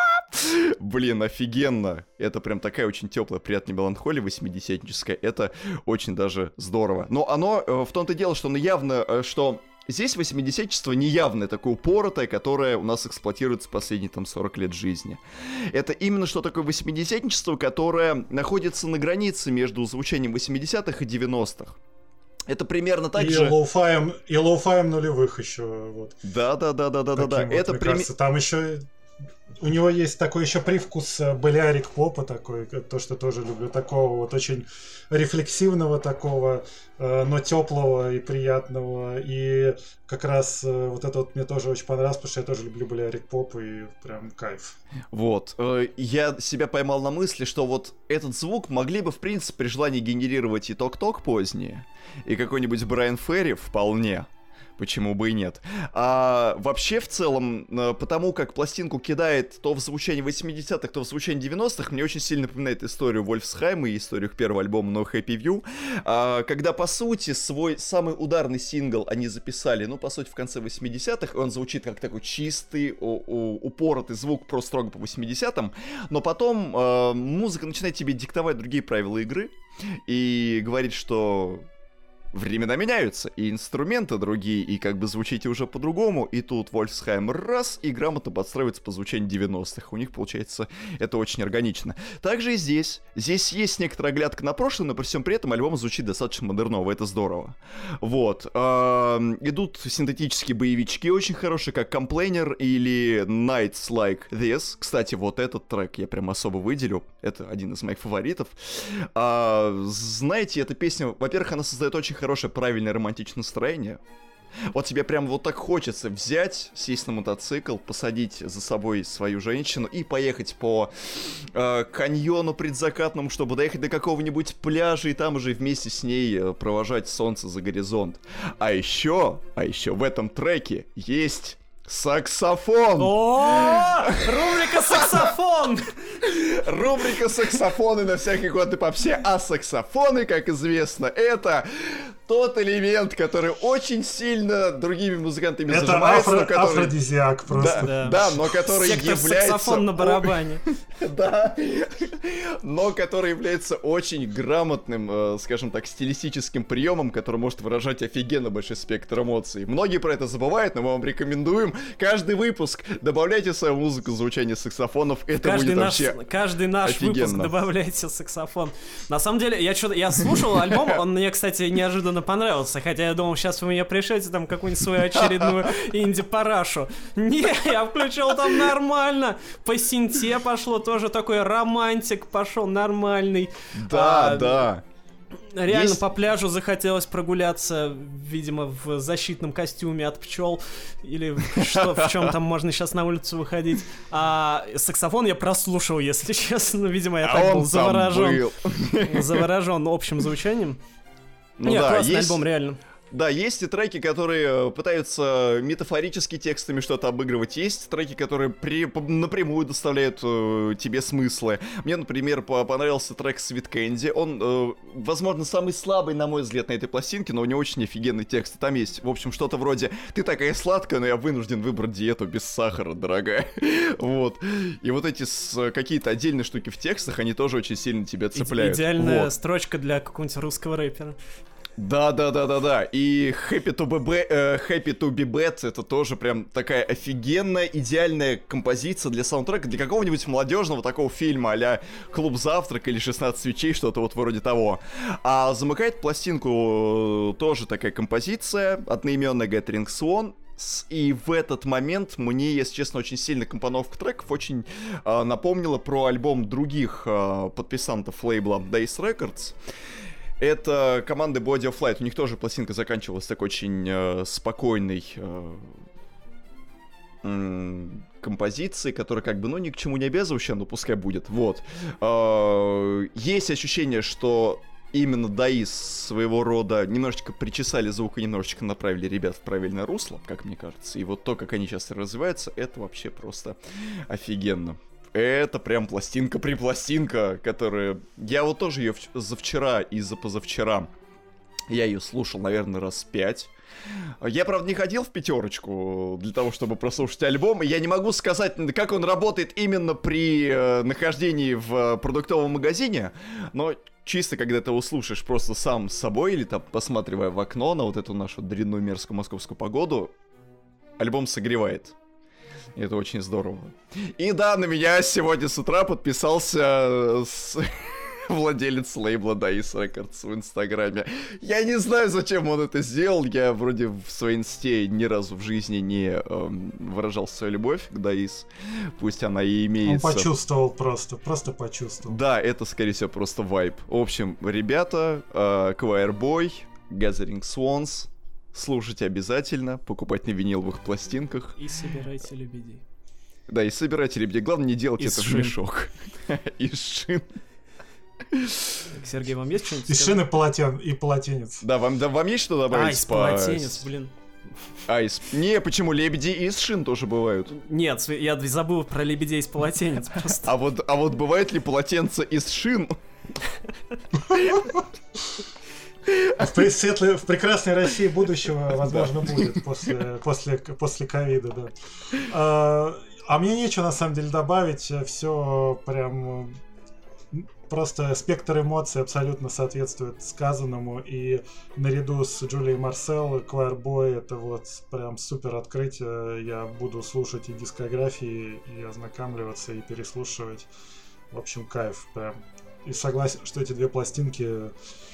блин, офигенно. Это прям такая очень теплая, приятная меланхолия восьмидесятническая, это очень даже здорово. Но оно, э, в том-то и дело, что оно явно, э, что... Здесь восьмидесятничество неявное, такое упоротое, которое у нас эксплуатируется последние там сорок лет жизни. Это именно что такое восьмидесятничество, которое находится на границе между звучанием восьмидесятых и девяностых. Это примерно так и же... Лоу-фаем, и лоу-фаем нулевых еще. Вот. Да-да-да-да-да-да-да. Вот, Это мне прим... кажется, там еще... У него есть такой еще привкус болярик попа такой, то, что тоже люблю, такого вот очень рефлексивного такого, но теплого и приятного. И как раз вот это вот мне тоже очень понравилось, потому что я тоже люблю болярик поп и прям кайф. Вот. Я себя поймал на мысли, что вот этот звук могли бы, в принципе, при желании генерировать и ток-ток позднее, и какой-нибудь Брайан Ферри вполне. Почему бы и нет. А вообще, в целом, потому как пластинку кидает то в звучании восьмидесятых, то в звучании девяностых, мне очень сильно напоминает историю Вольфсхайма и историю первого альбома No Happy View, а, когда, по сути, свой самый ударный сингл они записали, ну, по сути, в конце восьмидесятых, и он звучит как такой чистый, у- у- упоротый звук, просто строго по восьмидесятым, но потом а, музыка начинает тебе диктовать другие правила игры и говорит, что... Времена меняются, и инструменты другие, и как бы звучите уже по-другому, и тут Вольфсхайм раз, и грамотно подстраивается по звучанию девяностых. У них, получается, это очень органично. Также и здесь. Здесь есть некоторая оглядка на прошлое, но при всем при этом альбом звучит достаточно модерново, это здорово. Вот. Идут синтетические боевички очень хорошие, как Complainer или Nights Like This. Кстати, вот этот трек я прям особо выделю. Это один из моих фаворитов. Знаете, эта песня, во-первых, она создает очень хорошее, правильное, романтичное настроение. Вот тебе прям вот так хочется взять, сесть на мотоцикл, посадить за собой свою женщину и поехать по э, каньону предзакатному, чтобы доехать до какого-нибудь пляжа и там уже вместе с ней э, провожать солнце за горизонт. А еще, а еще в этом треке есть... Саксофон! О, рубрика «Саксофон». Рубрика «Саксофоны» на всякий год и по все. А саксофоны, как известно, это тот элемент, который очень сильно другими музыкантами это зажимается. афро- который... афродизиак просто. Да, да. да, но который Сектор является... саксофон на барабане. Да, но который является очень грамотным, скажем так, стилистическим приемом, который может выражать офигенно большой спектр эмоций. Многие про это забывают, но мы вам рекомендуем каждый выпуск добавляйте свою музыку звучание саксофонов. Это каждый будет наш, вообще каждый наш офигенно. Выпуск добавляйте саксофон. На самом деле, я что-то я слушал альбом, он мне, кстати, неожиданно понравился. Хотя я думал, сейчас вы мне пришлете там какую-нибудь свою очередную инди-парашу. Не, я включил там нормально. По синте пошло тоже такой романтик пошел нормальный. Да, а, да. Реально Есть... по пляжу захотелось прогуляться, видимо, в защитном костюме от пчел. Или что, в чем там можно сейчас на улицу выходить. А саксофон я прослушал, если честно. Видимо, я а так был заворожен. Был. Заворожен общим звучанием. Ну Нет, да, классный есть... альбом, реально. Да, есть и треки, которые пытаются метафорически текстами что-то обыгрывать. Есть треки, которые при, напрямую доставляют э, тебе смыслы. Мне, например, понравился трек Sweet Candy. Он, э, возможно, самый слабый, на мой взгляд, на этой пластинке, но у него очень офигенный текст. Там есть, в общем, что-то вроде «Ты такая сладкая, но я вынужден выбрать диету без сахара, дорогая». Вот. И вот эти какие-то отдельные штуки в текстах, они тоже очень сильно тебя цепляют. Идеальная вот. Строчка для какого-нибудь русского рэпера. Да, да, да, да, да. И Happy to be, ba- э, Happy to be Bad это тоже прям такая офигенная, идеальная композиция для саундтрека, для какого-нибудь молодежного такого фильма а-ля Клуб Завтрак или шестнадцать свечей, что-то вот вроде того. А замыкает пластинку тоже такая композиция, одноименная Gathering Swan. И в этот момент мне, если честно, очень сильно компоновка треков очень э, напомнила про альбом других э, подписантов лейбла Days Records. Это команда Body of Light. У них тоже пластинка заканчивалась так очень э, спокойной э, э, композицией, которая как бы, ну, ни к чему не обязывающая, но пускай будет. Вот. Э, есть ощущение, что именно Даис своего рода немножечко причесали звук и немножечко направили ребят в правильное русло, как мне кажется. И вот то, как они сейчас развиваются, это вообще просто офигенно. это прям пластинка-припластинка, которая... Я вот тоже ее за вчера и за позавчера, я ее слушал, наверное, раз пять. Я, правда, не ходил в пятерочку для того, чтобы прослушать альбом, и я не могу сказать, как он работает именно при э, нахождении в продуктовом магазине, но чисто когда ты его слушаешь просто сам с собой, или там посматривая в окно на вот эту нашу дрянную мерзкую московскую погоду, альбом согревает. И это очень здорово. И да, на меня сегодня с утра подписался с... владелец лейбла Дайс Records в Инстаграме. Я не знаю, зачем он это сделал. Я вроде в своей инсте ни разу в жизни не эм, выражал свою любовь к Дайс. Пусть она и имеется. Он почувствовал просто, просто почувствовал. Да, это, скорее всего, просто вайб. В общем, ребята, э, Choir Boy, Gathering Swans, слушайте обязательно, покупайте на виниловых пластинках. И собирайте лебедей. Да, и собирайте лебедей. Главное, не делайте Из это шин. в мешок. Из шин. Так, Сергей, вам есть что-нибудь? Из шины полотен и полотенец. Да, вам, да, вам есть что добавить? А, из по... полотенец, блин. А, из... Не, почему? Лебеди и из шин тоже бывают. Нет, я забыл про лебедей из полотенец просто. А вот, а вот бывает ли полотенце из шин? В, при- светлой- в прекрасной России будущего, возможно, будет после, после, после ковида, да. А, а мне нечего, на самом деле, добавить. Все прям... Просто спектр эмоций абсолютно соответствует сказанному, и наряду с Джулией Марсел, Choir Boy, это вот прям супер открытие. Я буду слушать и дискографии, и ознакомливаться, и переслушивать. В общем, кайф прям. И согласен, что эти две пластинки...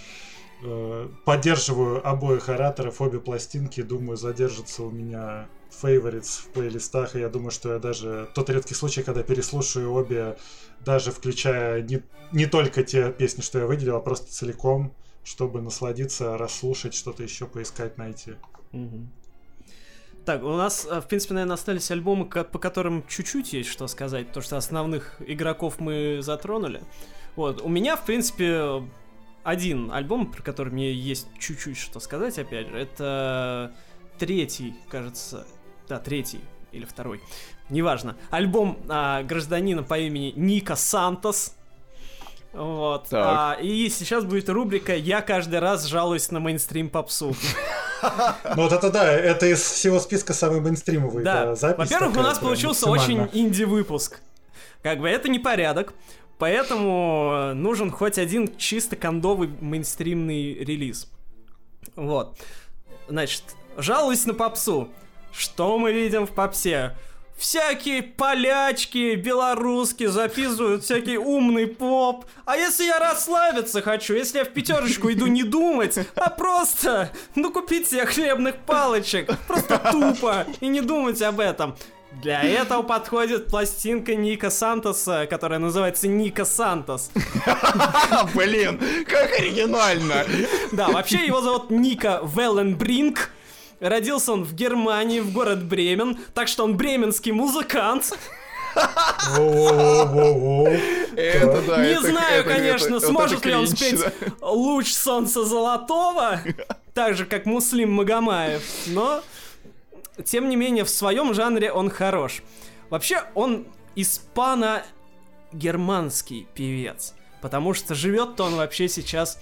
э, поддерживаю обоих ораторов, обе пластинки, думаю, задержатся у меня favorites в плейлистах, и я думаю, что я даже... Тот редкий случай, когда переслушаю обе, даже включая не, не только те песни, что я выделил, а просто целиком, чтобы насладиться, расслушать, что-то еще поискать, найти. Мгм. Так, у нас, в принципе, наверное, остались альбомы, ко- по которым чуть-чуть есть что сказать, потому что основных игроков мы затронули. Вот, у меня, в принципе, один альбом, про который мне есть чуть-чуть что сказать, опять же, это третий, кажется, да, третий или второй, неважно, альбом а, гражданина по имени Ника Сантос. Вот. А, и сейчас будет рубрика «Я каждый раз жалуюсь на мейнстрим попсу». Ну вот это да, это из всего списка самый мейнстримовый. Да, запись. во-первых, у нас прям получился очень максимально. инди-выпуск. Как бы это непорядок, поэтому нужен хоть один чисто кондовый мейнстримный релиз. Вот. Значит, жалуюсь на попсу. Что мы видим в попсе? Всякие полячки, белоруски записывают всякий умный поп. А если я расслабиться хочу, если я в пятерочку иду не думать, а просто, ну, купить себе хлебных палочек, просто тупо, и не думать об этом. Для этого подходит пластинка Ника Сантоса, которая называется Ника Сантос. Блин, как оригинально! Да, вообще его зовут Ника Велленбринк. Родился он в Германии, в город Бремен, так что он бременский музыкант. О-о-о-о-о. Это да, Не это- знаю, это- конечно, это- сможет это ли он кринж, спеть да. «Луч солнца золотого», так же, как Муслим Магомаев, но, тем не менее, в своем жанре он хорош. Вообще, он испано-германский певец, потому что живет-то он вообще сейчас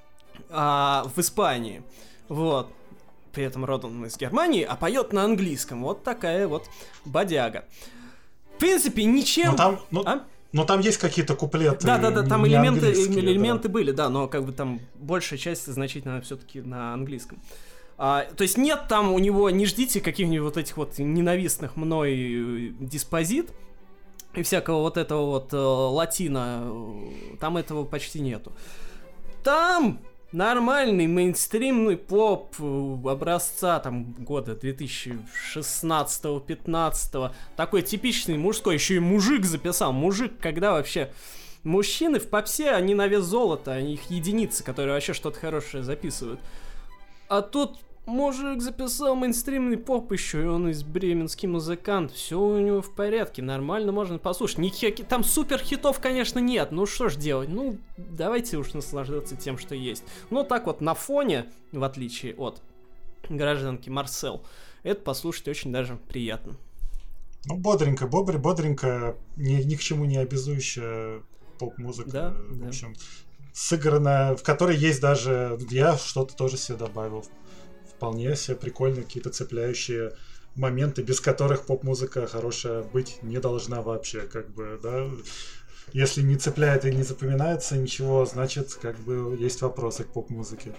а, в Испании, вот. При этом родом он из Германии, а поет на английском. Вот такая вот бодяга. В принципе, ничем... Ну там, ну, А? ну, там есть какие-то куплеты. Да-да-да, там не элементы, английские, элементы да. были, да, но как бы там большая часть значительно все-таки на английском. А, то есть нет там у него, не ждите каких-нибудь вот этих вот ненавистных мной э, диспозит и всякого вот этого вот э, латино, э, там этого почти нету. Там нормальный мейнстримный поп э, образца там года две тысячи шестнадцатого-пятнадцатого, такой типичный мужской, еще и мужик записал, мужик, когда вообще мужчины в попсе, они на вес золота, они их единицы, которые вообще что-то хорошее записывают. А тут мужик записал мейнстримный поп еще, и он из бременский музыкант. Все у него в порядке, нормально можно послушать. Ни хи- Там супер хитов, конечно, нет. Ну что ж делать? Ну, давайте уж наслаждаться тем, что есть. Но так вот на фоне, в отличие от гражданки Марсел, это послушать очень даже приятно. Ну, бодренько, бобрь, бодренько, ни, ни к чему не обязующая поп-музыка. Да, в да. общем, сыгранная, в которой есть даже... Я что-то тоже себе добавил. Вполне себе прикольные какие-то цепляющие моменты, без которых поп-музыка хорошая быть не должна вообще, как бы, да. Если не цепляет и не запоминается ничего, значит, как бы, есть вопросы к поп-музыке.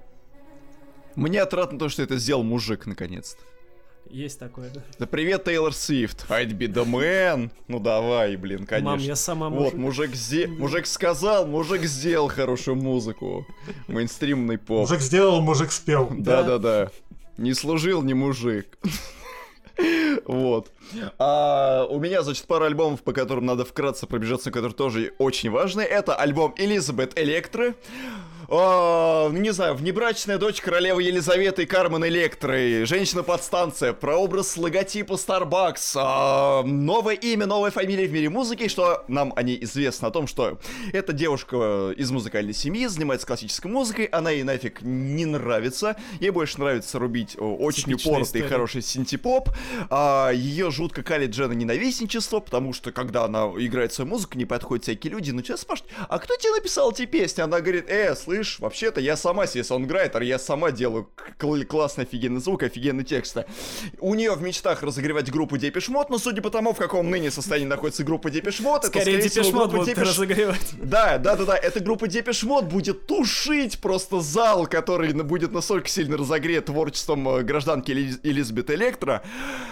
Мне отрадно то, что это сделал мужик, наконец-то. Есть такое, да. Да привет, Тейлор Свифт. I'd be the man. Ну давай, блин, конечно. Мам, я сама мужик. Вот, мужик, зе... мужик сказал, мужик сделал хорошую музыку. Мейнстримный поп. Мужик сделал, мужик спел. Да-да-да. Не служил, не мужик. Вот. А у меня, значит, пара альбомов, по которым надо вкратце пробежаться, которые тоже очень важны. Это альбом Элизабет Электры. О, не знаю, внебрачная дочь королевы Елизаветы и Кармен Электры, женщина-подстанция, прообраз логотипа Starbucks, а, новое имя, новая фамилия в мире музыки, что нам о ней известно, о том, что эта девушка из музыкальной семьи, занимается классической музыкой, она ей нафиг не нравится, ей больше нравится рубить очень Типичная упоротый и история. хороший синти-поп, а, ее жутко калит женоненавистничество, потому что когда она играет свою музыку, не подходят всякие люди, ну что спрашивают, а кто тебе написал эти песни? Она говорит, э, слышь, вообще-то я сама себе сонграйтер, я сама делаю кл- классный офигенный звук, офигенные тексты. У нее в мечтах разогревать группу Depeche Mode, но судя по тому, в каком ныне состоянии находится группа Depeche Mode, Скорее это, скорее Depeche всего, Mode группа будут Depeche... разогревать. Да, да, да, да, эта группа Depeche Mode будет тушить просто зал, который будет настолько сильно разогрет творчеством э, гражданки Эли- Элизабет Электро.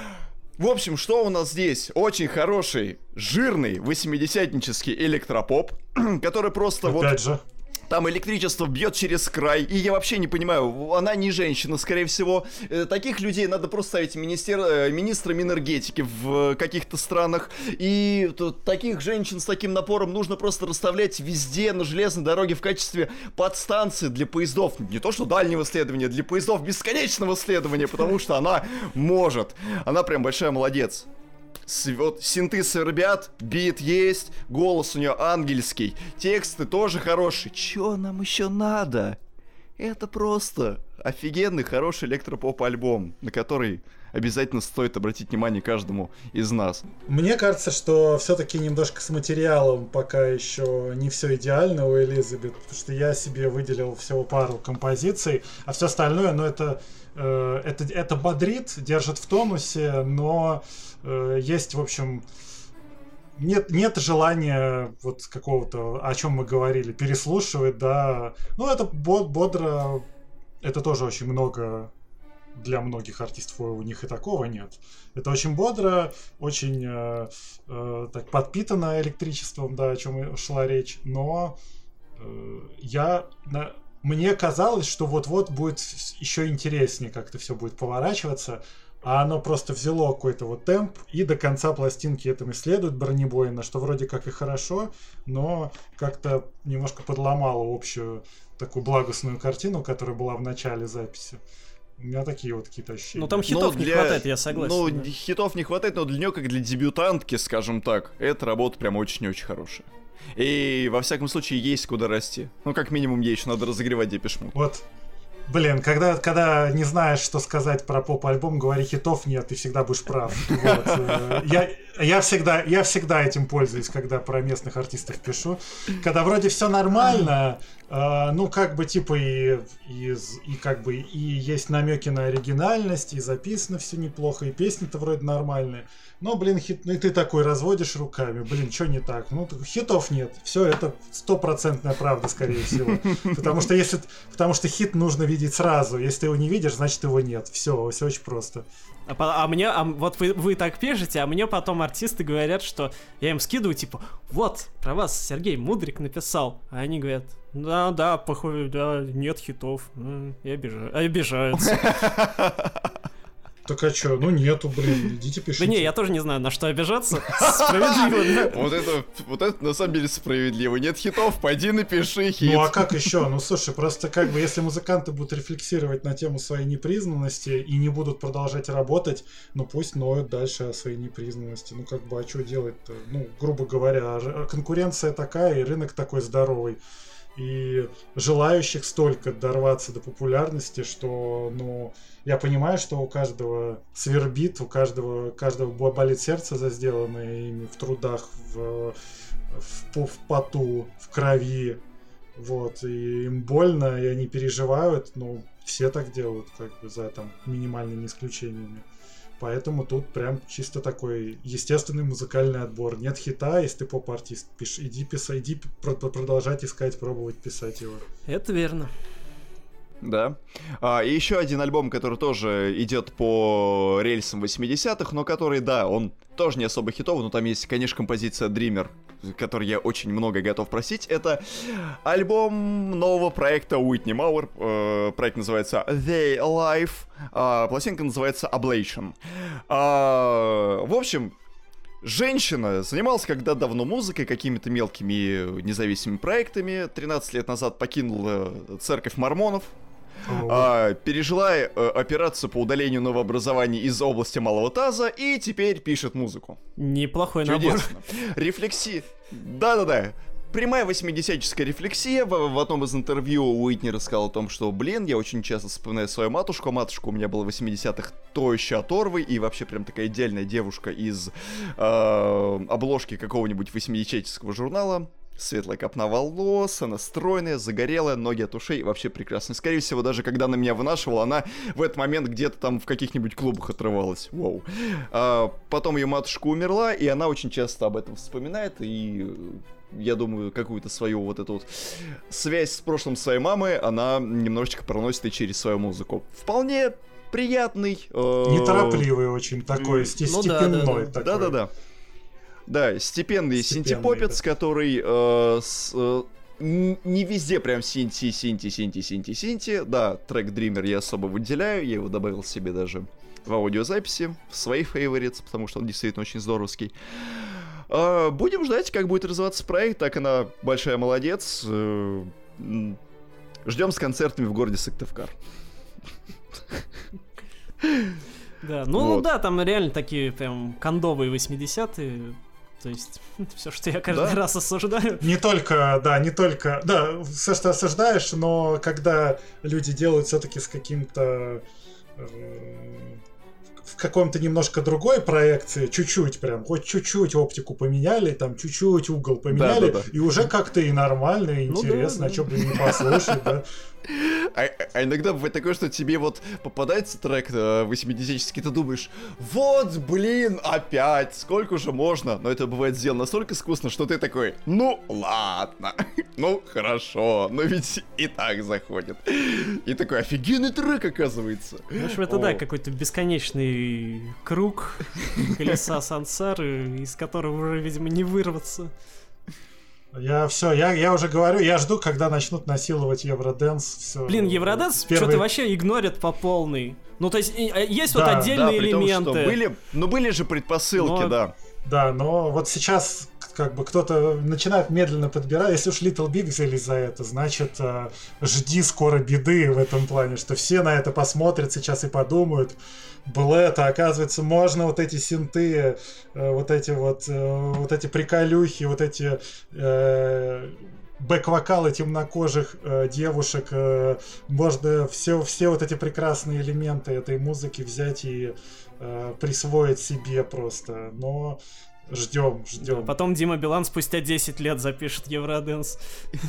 В общем, что у нас здесь? Очень хороший, жирный, восьмидесятнический электропоп, который просто вот... Опять же. Там электричество бьет через край, и я вообще не понимаю, она не женщина, скорее всего. Э, таких людей надо просто ставить министер, э, министрами энергетики в э, каких-то странах. И то, таких женщин с таким напором нужно просто расставлять везде на железной дороге в качестве подстанции для поездов. Не то что дальнего следования, для поездов бесконечного следования, потому что она может. Она прям большая молодец. С, вот, синты свербят, бит есть, голос у нее ангельский, тексты тоже хорошие. Чё нам еще надо? Это просто офигенный, хороший электропоп-альбом, на который обязательно стоит обратить внимание каждому из нас. Мне кажется, что все-таки немножко с материалом пока еще не все идеально у Элизабет, потому что я себе выделил всего пару композиций, а все остальное, ну это, э, это, это бодрит, держит в тонусе, но э, есть, в общем, нет, нет желания вот какого-то, о чем мы говорили, переслушивать, да. Ну, это бод, бодро, это тоже очень много для многих артистов, у них и такого нет. Это очень бодро, очень э, э, так подпитано электричеством, да, о чем шла речь, но э, я... На, мне казалось, что вот-вот будет еще интереснее, как-то все будет поворачиваться, а оно просто взяло какой-то вот темп и до конца пластинки этому следует бронебойно, что вроде как и хорошо, но как-то немножко подломало общую такую благостную картину, которая была в начале записи. У меня такие вот какие-то ощущения. Ну там хитов Ну, не для- хватает, я согласен. Ну, да. хитов не хватает, но для нее, как для дебютантки, скажем так, эта работа прям очень-очень хорошая. И, во всяком случае, есть куда расти. Ну, как минимум, ей еще надо разогревать Depeche Mode. Вот, блин, когда, когда не знаешь, что сказать про поп-альбом, говори, хитов нет, ты всегда будешь прав. Вот. э, Я, я, всегда, я всегда этим пользуюсь, когда про местных артистов пишу. Когда вроде все нормально, э, ну, как бы, типа, и, и, и как бы и есть намеки на оригинальность, и записано все неплохо, и песни-то вроде нормальные. Но, блин, хит, ну и ты такой разводишь руками, блин, что не так? Ну, так хитов нет. Все, это стопроцентная правда, скорее всего. Потому что если, потому что хит нужно видеть сразу. Если ты его не видишь, значит его нет. Все, все очень просто. А, по- а мне, а вот вы, вы так пишете, а мне потом артисты говорят, что я им скидываю, типа, вот, про вас Сергей Мудрик написал. А они говорят, да, да, похоже, да, нет хитов. М, И обижа- обижаются. Так а что? Ну нету, блин, идите пишите. Да не, я тоже не знаю, на что обижаться. Справедливо, да. Вот это, вот это на самом деле справедливо. Нет хитов, пойди напиши хит. Ну а как еще? Ну слушай, просто как бы если музыканты будут рефлексировать на тему своей непризнанности и не будут продолжать работать, ну пусть ноют дальше о своей непризнанности. Ну как бы, а что делать-то? Ну, грубо говоря, р- конкуренция такая и рынок такой здоровый. и желающих столько дорваться до популярности, что, ну, я понимаю, что у каждого свербит, у каждого, каждого болит сердце за сделанное ими в трудах, в, в, в поту, в крови, вот, и им больно, и они переживают, ну, все так делают, как бы, за там минимальными исключениями. Поэтому тут прям чисто такой естественный музыкальный отбор. Нет хита, если ты поп-артист, пиш, иди писать, иди продолжать искать, пробовать писать его. Это верно. Да. А, и еще один альбом, который тоже идет по рельсам восьмидесятых, но который, да, он тоже не особо хитовый, но там есть, конечно, композиция Dreamer, который я очень много готов просить. Это альбом нового проекта Уитни Мауэр. Э, проект называется They Life, а пластинка называется Ablation. А, в общем, женщина занималась когда давно музыкой, какими-то мелкими независимыми проектами. тринадцать лет назад покинула церковь мормонов. А, пережила э, операцию по удалению новообразований из области малого таза и теперь пишет музыку. Неплохой Чудесно. набор. Рефлексия. Да-да-да. Прямая восьмидесятническая рефлексия. В, в одном из интервью Уитни рассказал о том, что, блин, я очень часто вспоминаю свою матушку. Матушка у меня была в восьмидесятых то еще оторвой, и вообще прям такая идеальная девушка из э, обложки какого-нибудь восьмидесятического журнала. Светлая копна волос, она стройная, загорелая, ноги от ушей, вообще прекрасно. Скорее всего, даже когда она меня вынашивала, она в этот момент где-то там в каких-нибудь клубах отрывалась. Вау. А, потом ее матушка умерла, и она очень часто об этом вспоминает, и я думаю, какую-то свою вот эту вот связь с прошлым своей мамы она немножечко проносит и через свою музыку. Вполне приятный. Э... Неторопливый очень такой, степенной такой. Да-да-да. Да, степенный синти-попец, да. Который э, с, э, не везде прям синти, синти, синти, синти, синти. Да, трек Dreamer я особо выделяю, я его добавил себе даже в аудиозаписи, в свои фейворитс, потому что он действительно очень здоровский. Э, будем ждать, как будет развиваться проект, так она большая молодец. Э, ждем с концертами в городе Сыктывкар. Да, ну вот. Да, там реально такие прям кондовые восьмидесятые. То есть, все, что я каждый да? раз осуждаю. Не только, да, не только, да, все, что осуждаешь, но когда люди делают все-таки с каким-то, э, в каком-то немножко другой проекции, чуть-чуть прям, хоть чуть-чуть оптику поменяли, там, чуть-чуть угол поменяли, да, да, да. И уже как-то и нормально, и ну интересно, да, да. Что бы не послушать, да. А, а иногда бывает такое, что тебе вот попадается трек э, восьмидесятый, ты думаешь, вот, блин, опять, сколько же можно? Но это бывает сделано настолько искусно, что ты такой, ну, ладно, ну, хорошо, но ведь и так заходит. И такой офигенный трек, оказывается. В общем, это, О. да, какой-то бесконечный круг колеса сансары, из которого уже, видимо, не вырваться. Я все, я, я уже говорю, я жду, когда начнут насиловать Евродэнс. Все. Блин, Евродэнс Первый... что-то вообще игнорят по полной. Ну, то есть, есть да, вот отдельные да, элементы. Том, что были, ну, были же предпосылки, но... да. Да, но вот сейчас как бы кто-то начинает медленно подбирать. Если уж Little Big взялись за это, значит, э, жди скоро беды в этом плане, что все на это посмотрят сейчас и подумают. Блэта, оказывается, можно вот эти синты, э, вот эти вот, э, вот эти приколюхи, вот эти э, бэк-вокалы темнокожих э, девушек, э, можно все, все вот эти прекрасные элементы этой музыки взять и э, присвоить себе просто. Но ждем, ждем. Потом Дима Билан спустя десять лет запишет Евродэнс.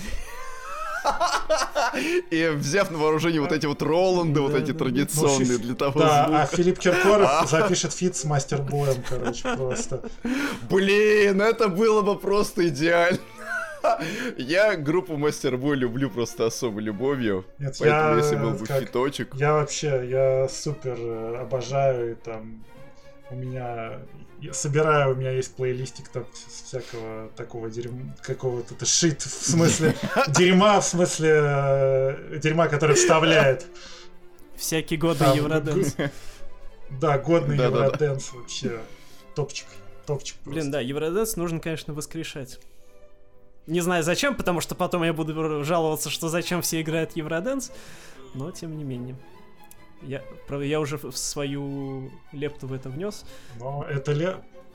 И взяв на вооружение вот эти вот Роланды, вот эти традиционные для того звука. Да, а Филипп Киркоров запишет фит с Мастербоем, короче, просто. Блин, это было бы просто идеально. Я группу Мастербой люблю просто особой любовью. Нет, поэтому я, если был бы как, фиточек. Я вообще, я супер обожаю, и там у меня... Я собираю, у меня есть плейлистик там всякого такого дерьма, какого-то шит, в смысле дерьма, в смысле э, дерьма, который вставляет. Всякий годный Евродэнс. Да, годный Евродэнс вообще. Топчик, топчик просто. Блин, да, Евродэнс нужно, конечно, воскрешать. Не знаю зачем, потому что потом я буду жаловаться, что зачем все играют Евродэнс, но тем не менее. Я, правда, я уже в свою лепту в это внес. Но это ле...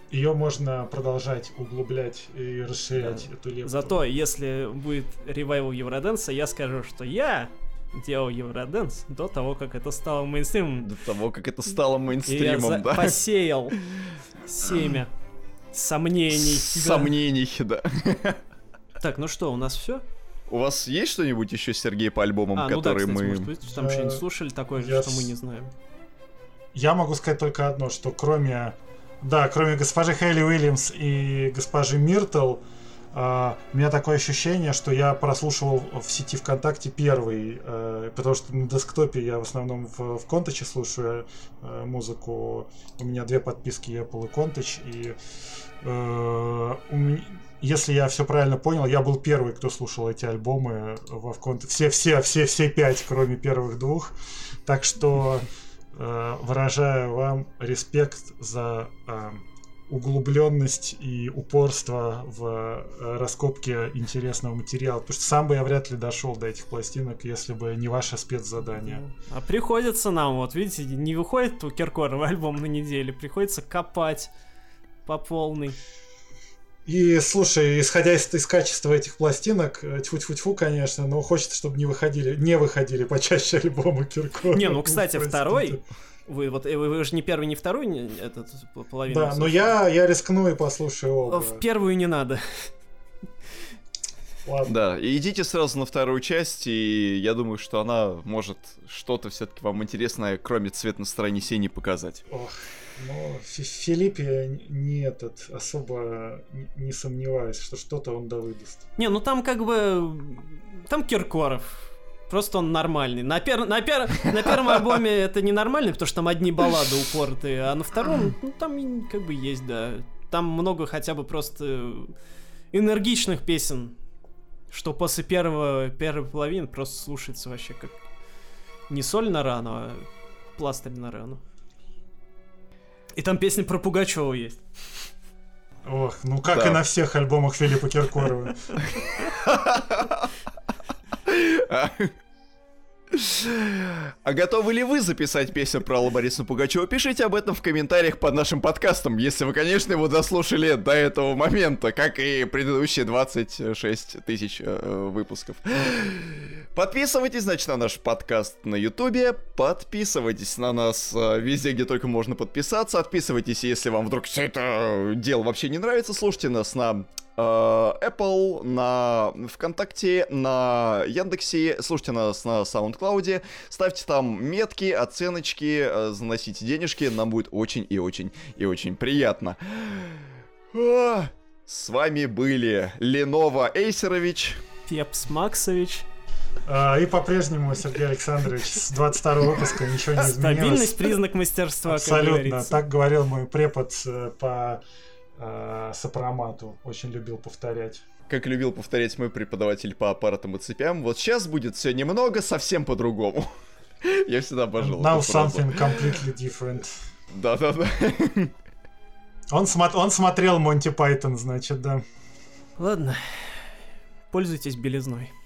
ее можно продолжать углублять и расширять Да. эту лепту. Зато, если будет ревайвал Евроденса, я скажу, что я делал Евроденс до того, как это стало мейнстримом. До того, как это стало И я мейнстримом, за- да? посеял семя сомнений. С- Да. Сомнений, да. Так, ну что, у нас все? У вас есть что-нибудь еще, Сергей, по альбомам, А, ну да, которые кстати, мы... может быть, там Я- что-нибудь слушали такое же, я что мы с- не знаем. Я могу сказать только одно, что кроме, да, кроме госпожи Хейли Уильямс и госпожи Миртл, а, у меня такое ощущение, что я прослушивал в сети ВКонтакте первый, а, потому что на десктопе я в основном в, в Контаче слушаю а, музыку. У меня две подписки Apple и Контач, и а, у меня- если я все правильно понял, я был первый, кто слушал эти альбомы во ВКонтаче. Все, все, все, все пять, кроме первых двух. Так что э, выражаю вам респект за э, углубленность и упорство в э, раскопке интересного материала. Потому что сам бы я вряд ли дошел до этих пластинок, если бы не ваше спецзадание. А приходится нам, вот видите, не выходит у Киркорова альбом на неделю, приходится копать по полной. И слушай, исходя из, из качества этих пластинок, э, тьфу-тьфу-тьфу, конечно, но хочется, чтобы не выходили, не выходили почаще альбомы Киркорова. Не, ну, кстати, Простите. второй, вы вот вы, вы же не первый, не второй, не, этот половину. Да, но слушали. я, я рискну и послушаю оба. В первую не надо. Ладно. Да, и идите сразу на вторую часть, и я думаю, что она может что-то все-таки вам интересное, кроме цвет настроения синий, показать. Ох, ну, в Филиппе не этот, особо не, не сомневаюсь, что что-то он да выдаст. Не, ну там как бы... Там Киркоров. Просто он нормальный. На, пер... на, пер... на первом альбоме это не нормальный, потому что там одни баллады упоротые, а на втором, ну, там и как бы есть, да. Там много хотя бы просто энергичных песен, что после первого, первой половины просто слушается вообще как не соль на рану, а пластырь на рану. И там песня про Пугачева есть. Ох, ну как Да. и на всех альбомах Филиппа Киркорова. А готовы ли вы записать песню про Аллу Борисовну Пугачеву? Пишите об этом в комментариях под нашим подкастом, если вы, конечно, его дослушали до этого момента, как и предыдущие двадцать шесть тысяч э, выпусков. Подписывайтесь, значит, на наш подкаст на Ютубе, подписывайтесь на нас э, везде, где только можно подписаться, отписывайтесь, если вам вдруг все это дело вообще не нравится, слушайте нас на Apple, на ВКонтакте, на Яндексе, слушайте нас на SoundCloud, ставьте там метки, оценочки, заносите денежки, нам будет очень и очень и очень приятно. А, с вами были Ленова Эйсерович, Пепс Максович. А, И по-прежнему Сергей Александрович с двадцать второго выпуска ничего не изменилось. Стабильность — признак мастерства, как Абсолютно. говорится. Так говорил мой препод э, по э, сопромату. Очень любил повторять. как любил повторять мой преподаватель по аппаратам и цепям. Вот сейчас будет все немного совсем по-другому. Я всегда обожал Now эту фразу. something completely different. Да-да-да. Он, смо- он смотрел Монти Пайтон, значит, да. Ладно, пользуйтесь белизной.